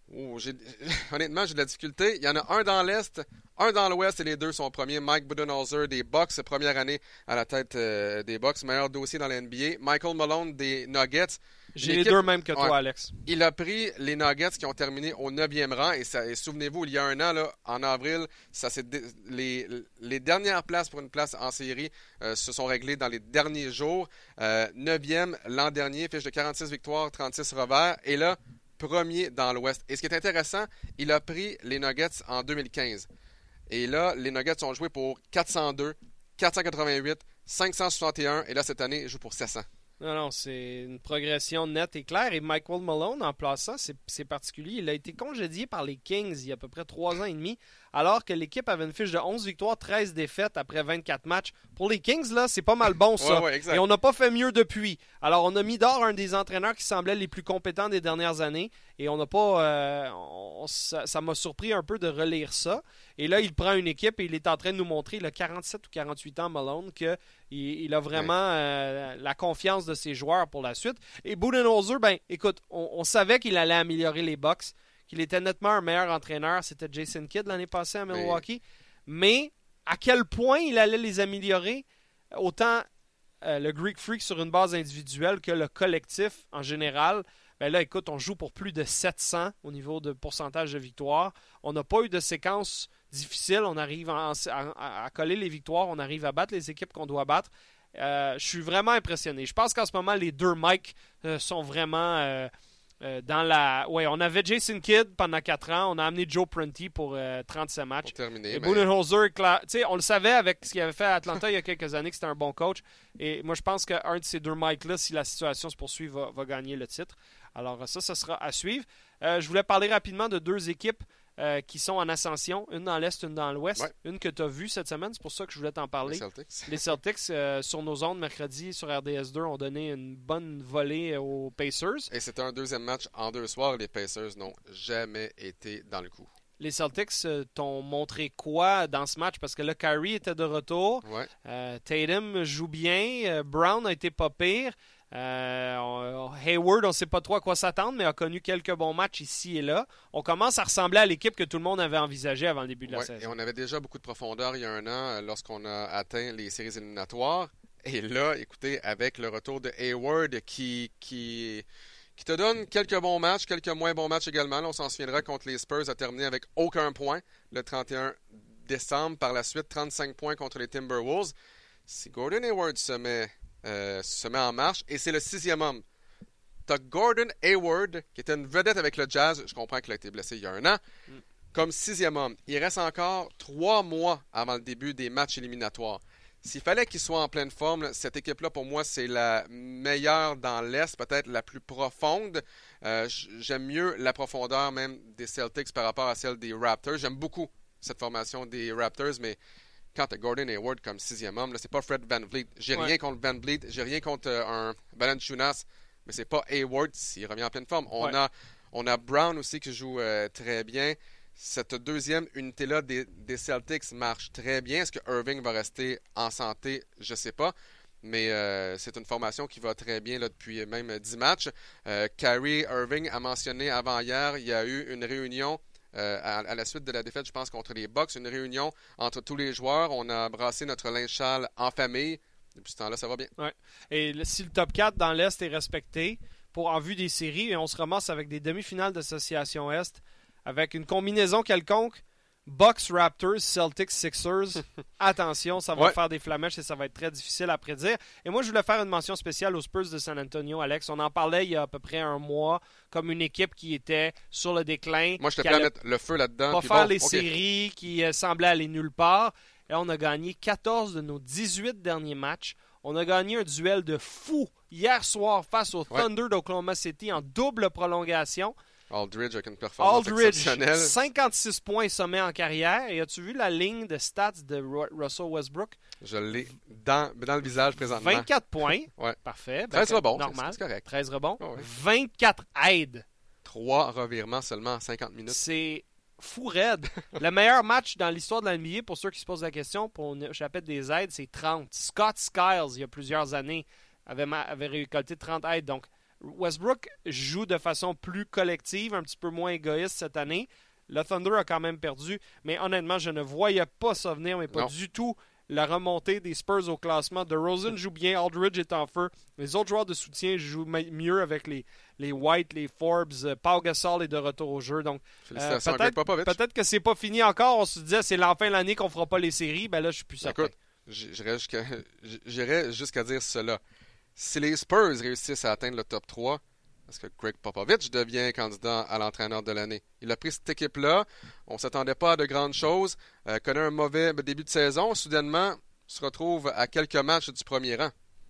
Oh, j'ai... Honnêtement, j'ai de la difficulté. Il y en a un dans l'Est, un dans l'Ouest et les deux sont premiers. Mike Budenholzer des Bucks, première année à la tête euh, des Bucks, meilleur dossier dans la N B A. Michael Malone des Nuggets. J'ai les deux mêmes que toi, ouais. Alex. Il a pris les Nuggets qui ont terminé au neuvième rang. Et, ça, et souvenez-vous, il y a un an, là, en avril, ça s'est dé... les, les dernières places pour une place en série euh, se sont réglées dans les derniers jours. Euh, neuvième l'an dernier, fiche de quarante-six victoires, trente-six revers. Et là, premier dans l'Ouest. Et ce qui est intéressant, il a pris les Nuggets en deux mille quinze. Et là, les Nuggets ont joué pour quatre cent deux, quatre cent quatre-vingt-huit, cinq cent soixante et un. Et là, cette année, ils jouent pour sept cents. Non, non, c'est une progression nette et claire. Et Michael Malone, en plaçant, c'est, c'est particulier. Il a été congédié par les Kings il y a à peu près trois ans et demi, alors que l'équipe avait une fiche de onze victoires, treize défaites après vingt-quatre matchs. Pour les Kings, là, c'est pas mal bon, ça. Ouais, ouais, et on n'a pas fait mieux depuis. Alors, on a mis dehors un des entraîneurs qui semblait les plus compétents des dernières années. Et on n'a pas... Euh, on, ça, ça m'a surpris un peu de relire ça. Et là, il prend une équipe et il est en train de nous montrer, il a quarante-sept ou quarante-huit ans, Malone, qu'il il a vraiment euh, la confiance de ses joueurs pour la suite. Et Budenholzer, ben, écoute, on, on savait qu'il allait améliorer les Bucks, qu'il était nettement un meilleur entraîneur. C'était Jason Kidd l'année passée à Milwaukee. Mais, mais à quel point il allait les améliorer, autant euh, le Greek Freak sur une base individuelle que le collectif en général. Ben là, écoute, on joue pour plus de sept cents au niveau de pourcentage de victoire. On n'a pas eu de séquence difficile. On arrive à, à, à coller les victoires. On arrive à battre les équipes qu'on doit battre. Euh, je suis vraiment impressionné. Je pense qu'en ce moment, les deux Mike euh, sont vraiment euh, euh, dans la... Ouais, on avait Jason Kidd pendant quatre ans. On a amené Joe Prunty pour euh, trente-sept matchs. Pour terminer, et mais... Budenholzer, cla... on le savait avec ce qu'il avait fait à Atlanta il y a quelques années que c'était un bon coach. Et moi, je pense qu'un de ces deux Mike-là, si la situation se poursuit, va, va gagner le titre. Alors ça, ça sera à suivre. Euh, je voulais parler rapidement de deux équipes euh, qui sont en ascension, une dans l'Est, une dans l'Ouest. Ouais. Une que tu as vue cette semaine, c'est pour ça que je voulais t'en parler. Les Celtics. Les Celtics, euh, sur nos ondes, mercredi, sur R D S deux, ont donné une bonne volée aux Pacers. Et c'était un deuxième match en deux soirs. Les Pacers n'ont jamais été dans le coup. Les Celtics euh, t'ont montré quoi dans ce match? Parce que là, Kyrie était de retour. Ouais. Euh, Tatum joue bien. Euh, Brown a été pas pire. Euh, Hayward, on ne sait pas trop à quoi s'attendre, mais a connu quelques bons matchs ici et là. On commence à ressembler à l'équipe que tout le monde avait envisagée avant le début de la ouais, saison. Et on avait déjà beaucoup de profondeur il y a un an lorsqu'on a atteint les séries éliminatoires. Et là, écoutez, avec le retour de Hayward qui, qui, qui te donne quelques bons matchs, quelques moins bons matchs également. Là, on s'en souviendra contre les Spurs, a terminé avec aucun point le trente et un décembre. Par la suite, trente-cinq points contre les Timberwolves. Si Gordon Hayward se met... Euh, se met en marche, et c'est le sixième homme. T'as Gordon Hayward, qui était une vedette avec le Jazz, je comprends qu'il a été blessé il y a un an, mm. comme sixième homme. Il reste encore trois mois avant le début des matchs éliminatoires. S'il fallait qu'il soit en pleine forme, cette équipe-là, pour moi, c'est la meilleure dans l'Est, peut-être la plus profonde. Euh, j'aime mieux la profondeur même des Celtics par rapport à celle des Raptors. J'aime beaucoup cette formation des Raptors, mais quand tu as Gordon Hayward comme sixième homme, là, c'est pas Fred VanVleet. J'ai ouais. rien contre VanVleet, j'ai rien contre euh, un Valanciunas, mais c'est pas Hayward s'il revient en pleine forme. On, ouais. a, on a Brown aussi qui joue euh, très bien. Cette deuxième unité-là des, des Celtics marche très bien. Est-ce que Irving va rester en santé? Je sais pas. Mais euh, c'est une formation qui va très bien là, depuis même dix matchs. Euh, Kyrie Irving a mentionné avant-hier, il y a eu une réunion Euh, à, à la suite de la défaite, je pense, contre les Bucks, une réunion entre tous les joueurs. On a brassé notre linge sale en famille. Depuis ce temps-là, ça va bien. Ouais. Et le, si le top quatre dans l'Est est respecté, pour en vue des séries, et on se ramasse avec des demi-finales d'association Est, avec une combinaison quelconque, Bucks, Raptors, Celtics, Sixers. Attention, ça va ouais. faire des flamèches et ça va être très difficile à prédire. Et moi, je voulais faire une mention spéciale aux Spurs de San Antonio, Alex. On en parlait il y a à peu près un mois comme une équipe qui était sur le déclin. Moi, je te plais à mettre le feu là-dedans. Pas puis faire bon, les okay. séries qui euh, semblaient aller nulle part. Et on a gagné quatorze de nos dix-huit derniers matchs. On a gagné un duel de fou hier soir face au ouais. Thunder d'Oklahoma City en double prolongation. Aldridge avec une performance Aldridge, exceptionnelle. cinquante-six points sommet en carrière. Et as-tu vu la ligne de stats de Russell Westbrook? Je l'ai dans, dans le visage présentement. vingt-quatre points. ouais. Parfait. treize rebonds. Normal. C'est correct. treize rebonds. Oh, oui. vingt-quatre aides. trois revirements seulement en cinquante minutes. C'est fou raide. Le meilleur match dans l'histoire de la N B A, pour ceux qui se posent la question, pour le chapitre des aides, c'est trente. Scott Skiles, il y a plusieurs années, avait, avait récolté trente aides. Donc, Westbrook joue de façon plus collective, un petit peu moins égoïste cette année. Le Thunder a quand même perdu, mais honnêtement, je ne voyais pas ça venir, mais pas non. du tout la remontée des Spurs au classement. DeRozan joue bien, Aldridge est en feu. Les autres joueurs de soutien jouent mieux avec les, les White, les Forbes. Pau Gasol est de retour au jeu. Donc, euh, peut-être, peut-être que c'est pas fini encore. On se disait c'est la fin de l'année qu'on fera pas les séries. Ben là, je suis plus certain. Écoute, j'irais jusqu'à, j'irais jusqu'à dire cela. Si les Spurs réussissent à atteindre le top trois, parce que Greg Popovich devient candidat à l'entraîneur de l'année. Il a pris cette équipe-là. On ne s'attendait pas à de grandes choses. Euh, connaît un mauvais début de saison. Soudainement, se retrouve à quelques matchs du premier rang.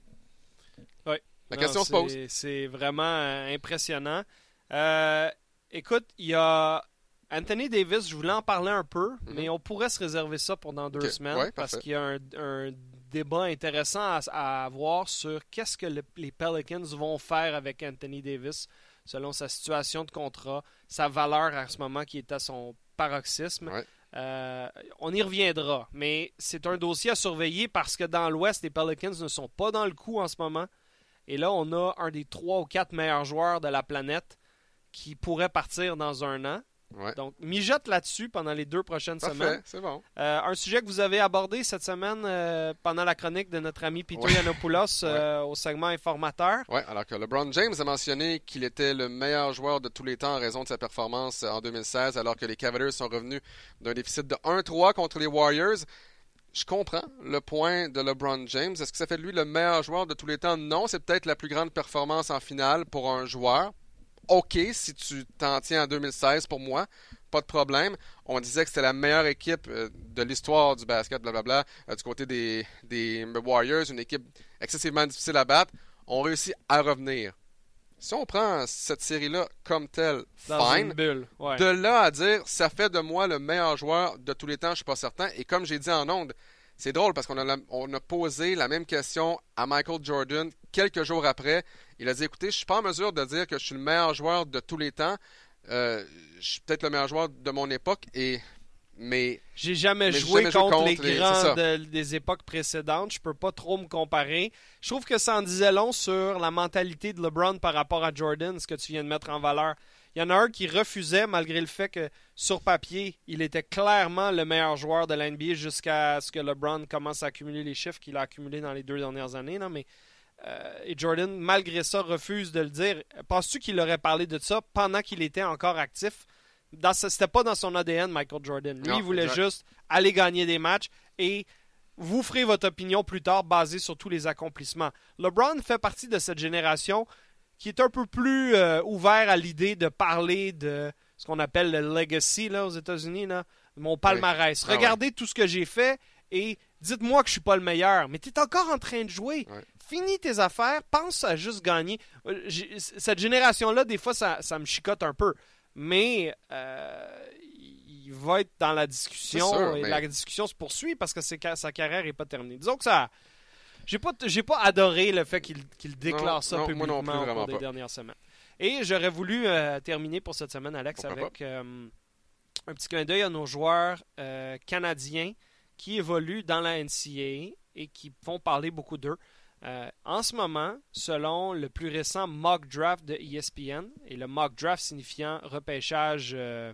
Oui. La non, question se pose. C'est vraiment euh, impressionnant. Euh, écoute, il y a Anthony Davis, je voulais en parler un peu, mm-hmm. mais on pourrait se réserver ça pour dans deux okay. semaines ouais, parce parfait. qu'il y a un, un débat intéressant à, à avoir sur qu'est-ce que le, les Pelicans vont faire avec Anthony Davis selon sa situation de contrat, sa valeur à ce moment qui est à son paroxysme. Ouais. Euh, on y reviendra, mais c'est un dossier à surveiller parce que dans l'Ouest, les Pelicans ne sont pas dans le coup en ce moment. Et là, on a un des trois ou quatre meilleurs joueurs de la planète qui pourrait partir dans un an. Ouais. Donc, mijote là-dessus pendant les deux prochaines Parfait, semaines. c'est bon. Euh, un sujet que vous avez abordé cette semaine euh, pendant la chronique de notre ami Peter ouais. Yiannopoulos euh, ouais. au segment informateur. Oui, alors que LeBron James a mentionné qu'il était le meilleur joueur de tous les temps en raison de sa performance en deux mille seize, alors que les Cavaliers sont revenus d'un déficit de un trois contre les Warriors. Je comprends le point de LeBron James. Est-ce que ça fait de lui le meilleur joueur de tous les temps? Non, c'est peut-être la plus grande performance en finale pour un joueur. OK, si tu t'en tiens à deux mille seize, pour moi, pas de problème. On disait que c'était la meilleure équipe euh, de l'histoire du basket, blablabla, euh, du côté des, des Warriors, une équipe excessivement difficile à battre. On réussit à revenir. Si on prend cette série-là comme telle, dans fine. Une bulle, ouais. De là à dire, ça fait de moi le meilleur joueur de tous les temps, je suis pas certain. Et comme j'ai dit en ondes, c'est drôle parce qu'on a, la, on a posé la même question à Michael Jordan quelques jours après. Il a dit, écoutez, je suis pas en mesure de dire que je suis le meilleur joueur de tous les temps. Euh, je suis peut-être le meilleur joueur de mon époque, et mais j'ai jamais mais joué jamais contre, contre les, les grands de, des époques précédentes. Je peux pas trop me comparer. Je trouve que ça en disait long sur la mentalité de LeBron par rapport à Jordan, ce que tu viens de mettre en valeur. Il y en a un qui refusait, malgré le fait que, sur papier, il était clairement le meilleur joueur de la N B A jusqu'à ce que LeBron commence à accumuler les chiffres qu'il a accumulés dans les deux dernières années. Non, mais, euh, et Jordan, malgré ça, refuse de le dire. Penses-tu qu'il aurait parlé de ça pendant qu'il était encore actif? Dans ce, c'était pas dans son A D N, Michael Jordan. Lui, non, il voulait exact. juste aller gagner des matchs et vous ferez votre opinion plus tard basée sur tous les accomplissements. LeBron fait partie de cette génération qui est un peu plus euh, ouvert à l'idée de parler de ce qu'on appelle le legacy là, aux États-Unis, là, mon palmarès. Oui. Regardez ah ouais. tout ce que j'ai fait et dites-moi que je suis pas le meilleur. Mais tu es encore en train de jouer. Ouais. Finis tes affaires, pense à juste gagner. J'ai, cette génération-là, des fois, ça, ça me chicote un peu. Mais euh, il va être dans la discussion sûr, et mais... la discussion se poursuit parce que c'est, sa carrière n'est pas terminée. Disons que ça... J'ai pas, j'ai pas adoré le fait qu'il, qu'il déclare non, ça non, publiquement moi non plus, au cours des pas. dernières semaines. Et j'aurais voulu euh, terminer pour cette semaine, Alex, Pourquoi avec euh, un petit clin d'œil à nos joueurs euh, canadiens qui évoluent dans la N C A A et qui font parler beaucoup d'eux. Euh, en ce moment, selon le plus récent mock draft de E S P N, et le mock draft signifiant repêchage euh,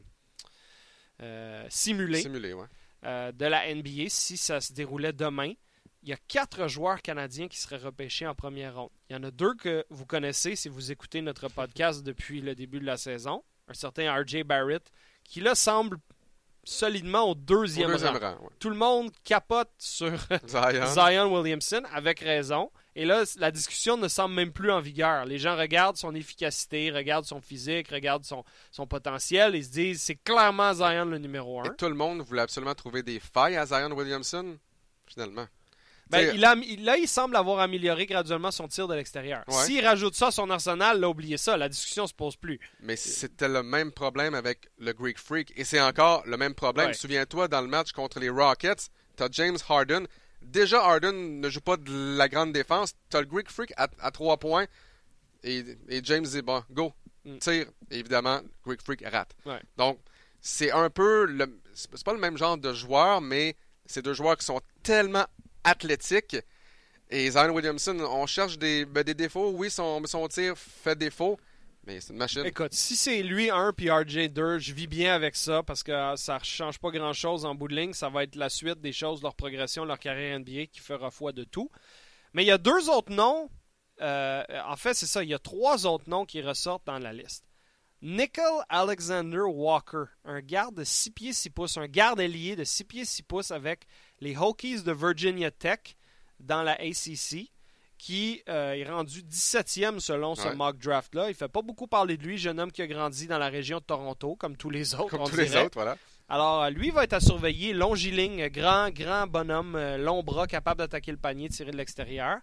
euh, simulé, Simulé ouais. euh, de la N B A, si ça se déroulait demain, il y a quatre joueurs canadiens qui seraient repêchés en première ronde. Il y en a deux que vous connaissez si vous écoutez notre podcast depuis le début de la saison. Un certain R J Barrett, qui là semble solidement au deuxième, au deuxième rang. rang ouais. Tout le monde capote sur Zion. Zion Williamson, avec raison. Et là, la discussion ne semble même plus en vigueur. Les gens regardent son efficacité, regardent son physique, regardent son, son potentiel et se disent c'est clairement Zion le numéro un. Et tout le monde voulait absolument trouver des failles à Zion Williamson, finalement. Ben, il a, là, il semble avoir amélioré graduellement son tir de l'extérieur. Ouais. S'il rajoute ça à son arsenal, là, oubliez ça. La discussion se pose plus. Mais c'était le même problème avec le Greek Freak. Et c'est encore le même problème. Ouais. Souviens-toi, dans le match contre les Rockets, tu as James Harden. Déjà, Harden ne joue pas de la grande défense. Tu as le Greek Freak à, à trois points. Et, et James dit, bon, go, mm. tire. Et évidemment, Greek Freak rate. Ouais. Donc, c'est un peu... Le, c'est pas le même genre de joueur, mais c'est deux joueurs qui sont tellement athlétiques Et Zion Williamson, on cherche des, ben, des défauts. Oui, son, son tir fait défaut, mais c'est une machine. Écoute, si c'est lui un puis R J deux, je vis bien avec ça parce que ça ne change pas grand-chose en bout de ligne. Ça va être la suite des choses, leur progression, leur carrière N B A qui fera foi de tout. Mais il y a deux autres noms. Euh, en fait, c'est ça. Il y a trois autres noms qui ressortent dans la liste. Nickel Alexander Walker, un garde de six pieds six pouces, un garde ailier de six pieds six pouces avec les Hokies de Virginia Tech dans la A C C, qui euh, est rendu dix-septième selon ce ouais. mock draft-là. Il ne fait pas beaucoup parler de lui, jeune homme qui a grandi dans la région de Toronto, comme tous les autres. Comme on tous dirait. les autres, voilà. Alors, lui va être à surveiller, longiligne, grand, grand bonhomme, euh, long bras, capable d'attaquer le panier, tirer de l'extérieur.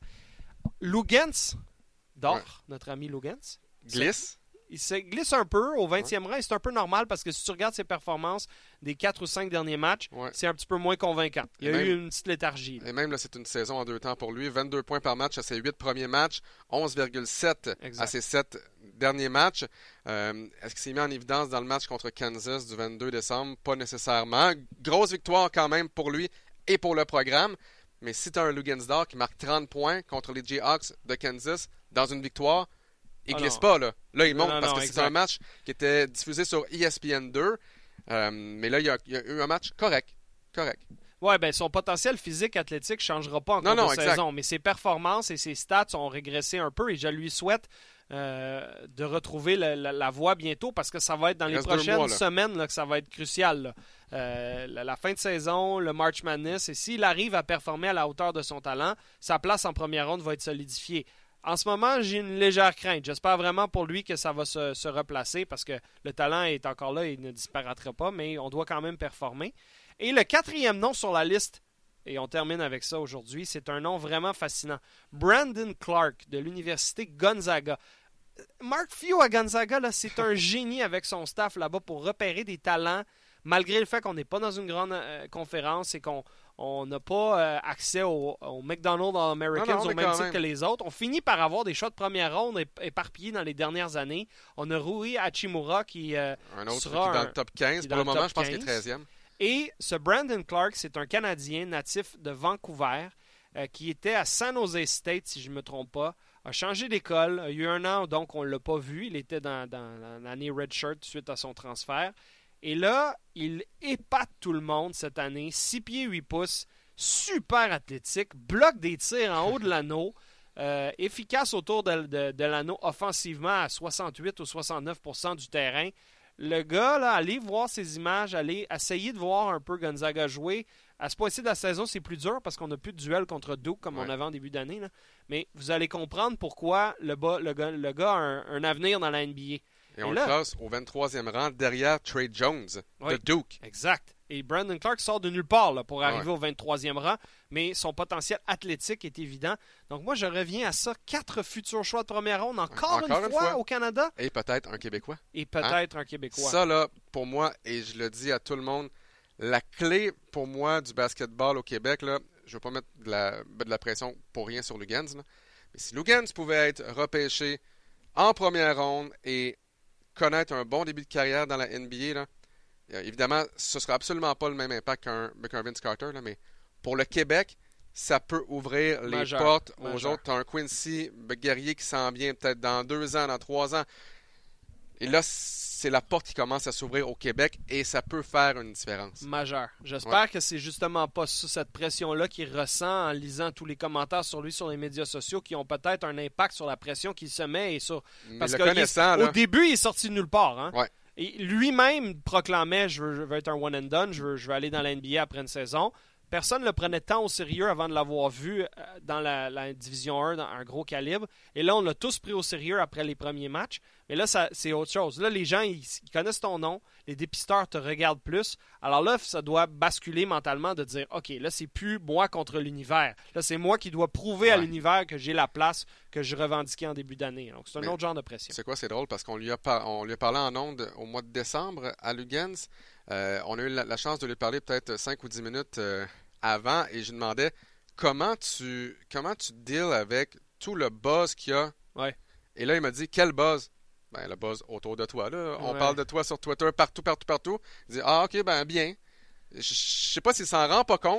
Lugens, d'or, ouais. notre ami Lugens. Glisse. Il se glisse un peu au vingtième ouais. rang et c'est un peu normal parce que si tu regardes ses performances des quatre ou cinq derniers matchs, ouais. c'est un petit peu moins convaincant. Il y a même, eu une petite léthargie. Là. Et même là, c'est une saison en deux temps pour lui. vingt-deux points par match à ses huit premiers matchs, onze virgule sept exact. À ses sept derniers matchs. Euh, est-ce qu'il s'est mis en évidence dans le match contre Kansas du vingt-deux décembre? Pas nécessairement. Grosse victoire quand même pour lui et pour le programme. Mais si tu as un Lugansdor qui marque trente points contre les Jayhawks de Kansas dans une victoire, il ne glisse oh pas, là. Là, il non, monte non, parce non, que exact. c'est un match qui était diffusé sur E S P N deux. Euh, mais là, il y, a, il y a eu un match correct. Correct. Ouais, ben son potentiel physique athlétique ne changera pas en non, cours non, de exact. saison, mais ses performances et ses stats ont régressé un peu et je lui souhaite euh, de retrouver la, la, la voie bientôt parce que ça va être dans il les prochaines mois, là. semaines là, que ça va être crucial. Là. Euh, la, la fin de saison, le March Madness, et s'il arrive à performer à la hauteur de son talent, sa place en première ronde va être solidifiée. En ce moment, j'ai une légère crainte. J'espère vraiment pour lui que ça va se, se replacer parce que le talent est encore là et il ne disparaîtra pas, mais on doit quand même performer. Et le quatrième nom sur la liste, et on termine avec ça aujourd'hui, c'est un nom vraiment fascinant. Brandon Clark de l'université Gonzaga. Mark Few à Gonzaga, là, c'est un génie avec son staff là-bas pour repérer des talents, malgré le fait qu'on n'est pas dans une grande euh, conférence et qu'on on n'a pas euh, accès au, au McDonald's All-Americans non, non, au même titre même. que les autres. On finit par avoir des choix de première ronde éparpillés dans les dernières années. On a Rui Hachimura qui euh, un autre sera qui est dans un, le top quinze. Pour le moment, je pense qu'il est treizième. Et ce Brandon Clark, c'est un Canadien natif de Vancouver euh, qui était à San Jose State, si je ne me trompe pas, a changé d'école. Il y a eu un an, donc on ne l'a pas vu. Il était dans, dans, dans l'année redshirt suite à son transfert. Et là, il épate tout le monde cette année. six pieds huit pouces, super athlétique, bloque des tirs en haut de l'anneau, euh, efficace autour de, de, de l'anneau offensivement à soixante-huit ou soixante-neuf pour cent du terrain. Le gars, là, allez voir ces images, allez essayer de voir un peu Gonzaga jouer. À ce point-ci de la saison, c'est plus dur parce qu'on n'a plus de duel contre Duke comme ouais. on avait en début d'année. Là. Mais vous allez comprendre pourquoi le, bas, le, gars, le gars a un, un avenir dans la N B A. Et, Et on là, le classe au vingt-troisième rang derrière Trey Jones oui, de Duke. Exact. Et Brandon Clark sort de nulle part là, pour arriver ouais. au vingt-troisième rang, mais son potentiel athlétique est évident. Donc moi, je reviens à ça. Quatre futurs choix de première ronde, encore, encore une, une fois, fois au Canada. Et peut-être un Québécoois. Et peut-être hein? un Québécois. Ça, là, pour moi, et je le dis à tout le monde, la clé pour moi du basketball au Québec, là, je ne veux pas mettre de la, de la pression pour rien sur Lugans, là, mais si Lugans pouvait être repêché en première ronde et connaître un bon début de carrière dans la N B A, là, évidemment, ce ne sera absolument pas le même impact qu'un, qu'un Vince Carter, là, mais pour le Québec, ça peut ouvrir les Majeur, portes majeur. aux autres. Tu as un Quincy Guerrier qui s'en vient peut-être dans deux ans, dans trois ans. Et là, c'est la porte qui commence à s'ouvrir au Québec et ça peut faire une différence. Majeur. J'espère ouais. que c'est justement pas sous cette pression-là qu'il ressent en lisant tous les commentaires sur lui sur les médias sociaux qui ont peut-être un impact sur la pression qu'il se met. Et sur... Mais Parce le que connaissant, il est... là... au début, il est sorti de nulle part. Hein? Ouais. Et lui-même proclamait je veux, je veux être un one and done, je veux, je veux aller dans la N B A après une saison. Personne ne le prenait tant au sérieux avant de l'avoir vu dans la, la Division un, dans un gros calibre. Et là, on l'a tous pris au sérieux après les premiers matchs. Mais là, ça, c'est autre chose. Là, les gens, ils, ils connaissent ton nom. Les dépisteurs te regardent plus. Alors là, ça doit basculer mentalement de dire, OK, là, c'est plus moi contre l'univers. Là, c'est moi qui dois prouver ouais. à l'univers que j'ai la place que je revendiquais en début d'année. Donc, c'est un Mais autre genre de pression. C'est quoi, c'est drôle parce qu'on lui a, par... on lui a parlé en ondes au mois de décembre à Lugans. Euh, on a eu la, la chance de lui parler peut-être cinq ou dix minutes euh, avant et je lui demandais comment tu comment tu deals avec tout le buzz qu'il y a. Ouais. Et là, il m'a dit, quel buzz? Ben, le buzz autour de toi. Là. On ouais. parle de toi sur Twitter partout, partout, partout. Il dit, ah, ok, ben bien. Je sais pas s'il s'en rend pas compte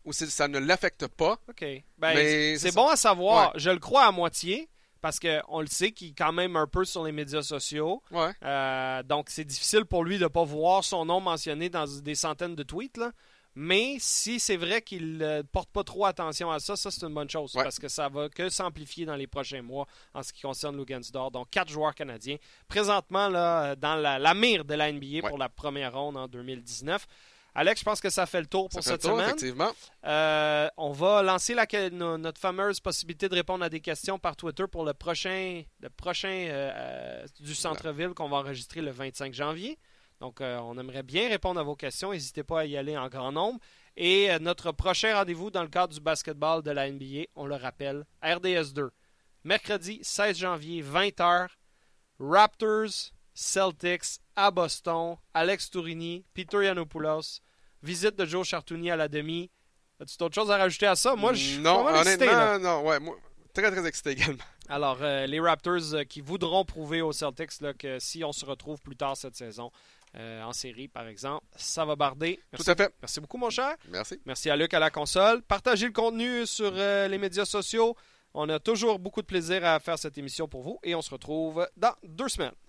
ou si ça ne l'affecte pas. OK. Ben, Mais c'est c'est bon à savoir. Ouais. Je le crois à moitié. Parce qu'on le sait qu'il est quand même un peu sur les médias sociaux. Ouais. Euh, donc, c'est difficile pour lui de ne pas voir son nom mentionné dans des centaines de tweets. Là. Mais si c'est vrai qu'il ne porte pas trop attention à ça, ça, c'est une bonne chose. Ouais. Parce que ça va que s'amplifier dans les prochains mois en ce qui concerne Lugansdor. Donc, quatre joueurs canadiens. Présentement, là, dans la, la mire de la N B A Ouais. pour la première ronde en deux mille dix-neuf. Alex, je pense que ça fait le tour pour Ça fait cette le tour, semaine. effectivement. Euh, on va lancer la, no, notre fameuse possibilité de répondre à des questions par Twitter pour le prochain, le prochain euh, euh, du centre-ville qu'on va enregistrer le vingt-cinq janvier. Donc, euh, on aimerait bien répondre à vos questions. N'hésitez pas à y aller en grand nombre. Et euh, notre prochain rendez-vous dans le cadre du basketball de la N B A, on le rappelle, R D S deux. Mercredi seize janvier, vingt heures, Raptors, Celtics à Boston, Alex Tourini, Peter Yanopoulos, visite de Joe Chartouni à la demi. As-tu d'autres choses à rajouter à ça? Moi, je suis Non, pas mal excité, honnêtement, là. non, ouais, moi, très très excité également. Alors, euh, les Raptors euh, qui voudront prouver aux Celtics là, que si on se retrouve plus tard cette saison, euh, en série par exemple, ça va barder. Merci, Tout à fait. Merci beaucoup, mon cher. Merci. Merci à Luc à la console. Partagez le contenu sur euh, les médias sociaux. On a toujours beaucoup de plaisir à faire cette émission pour vous et on se retrouve dans deux semaines.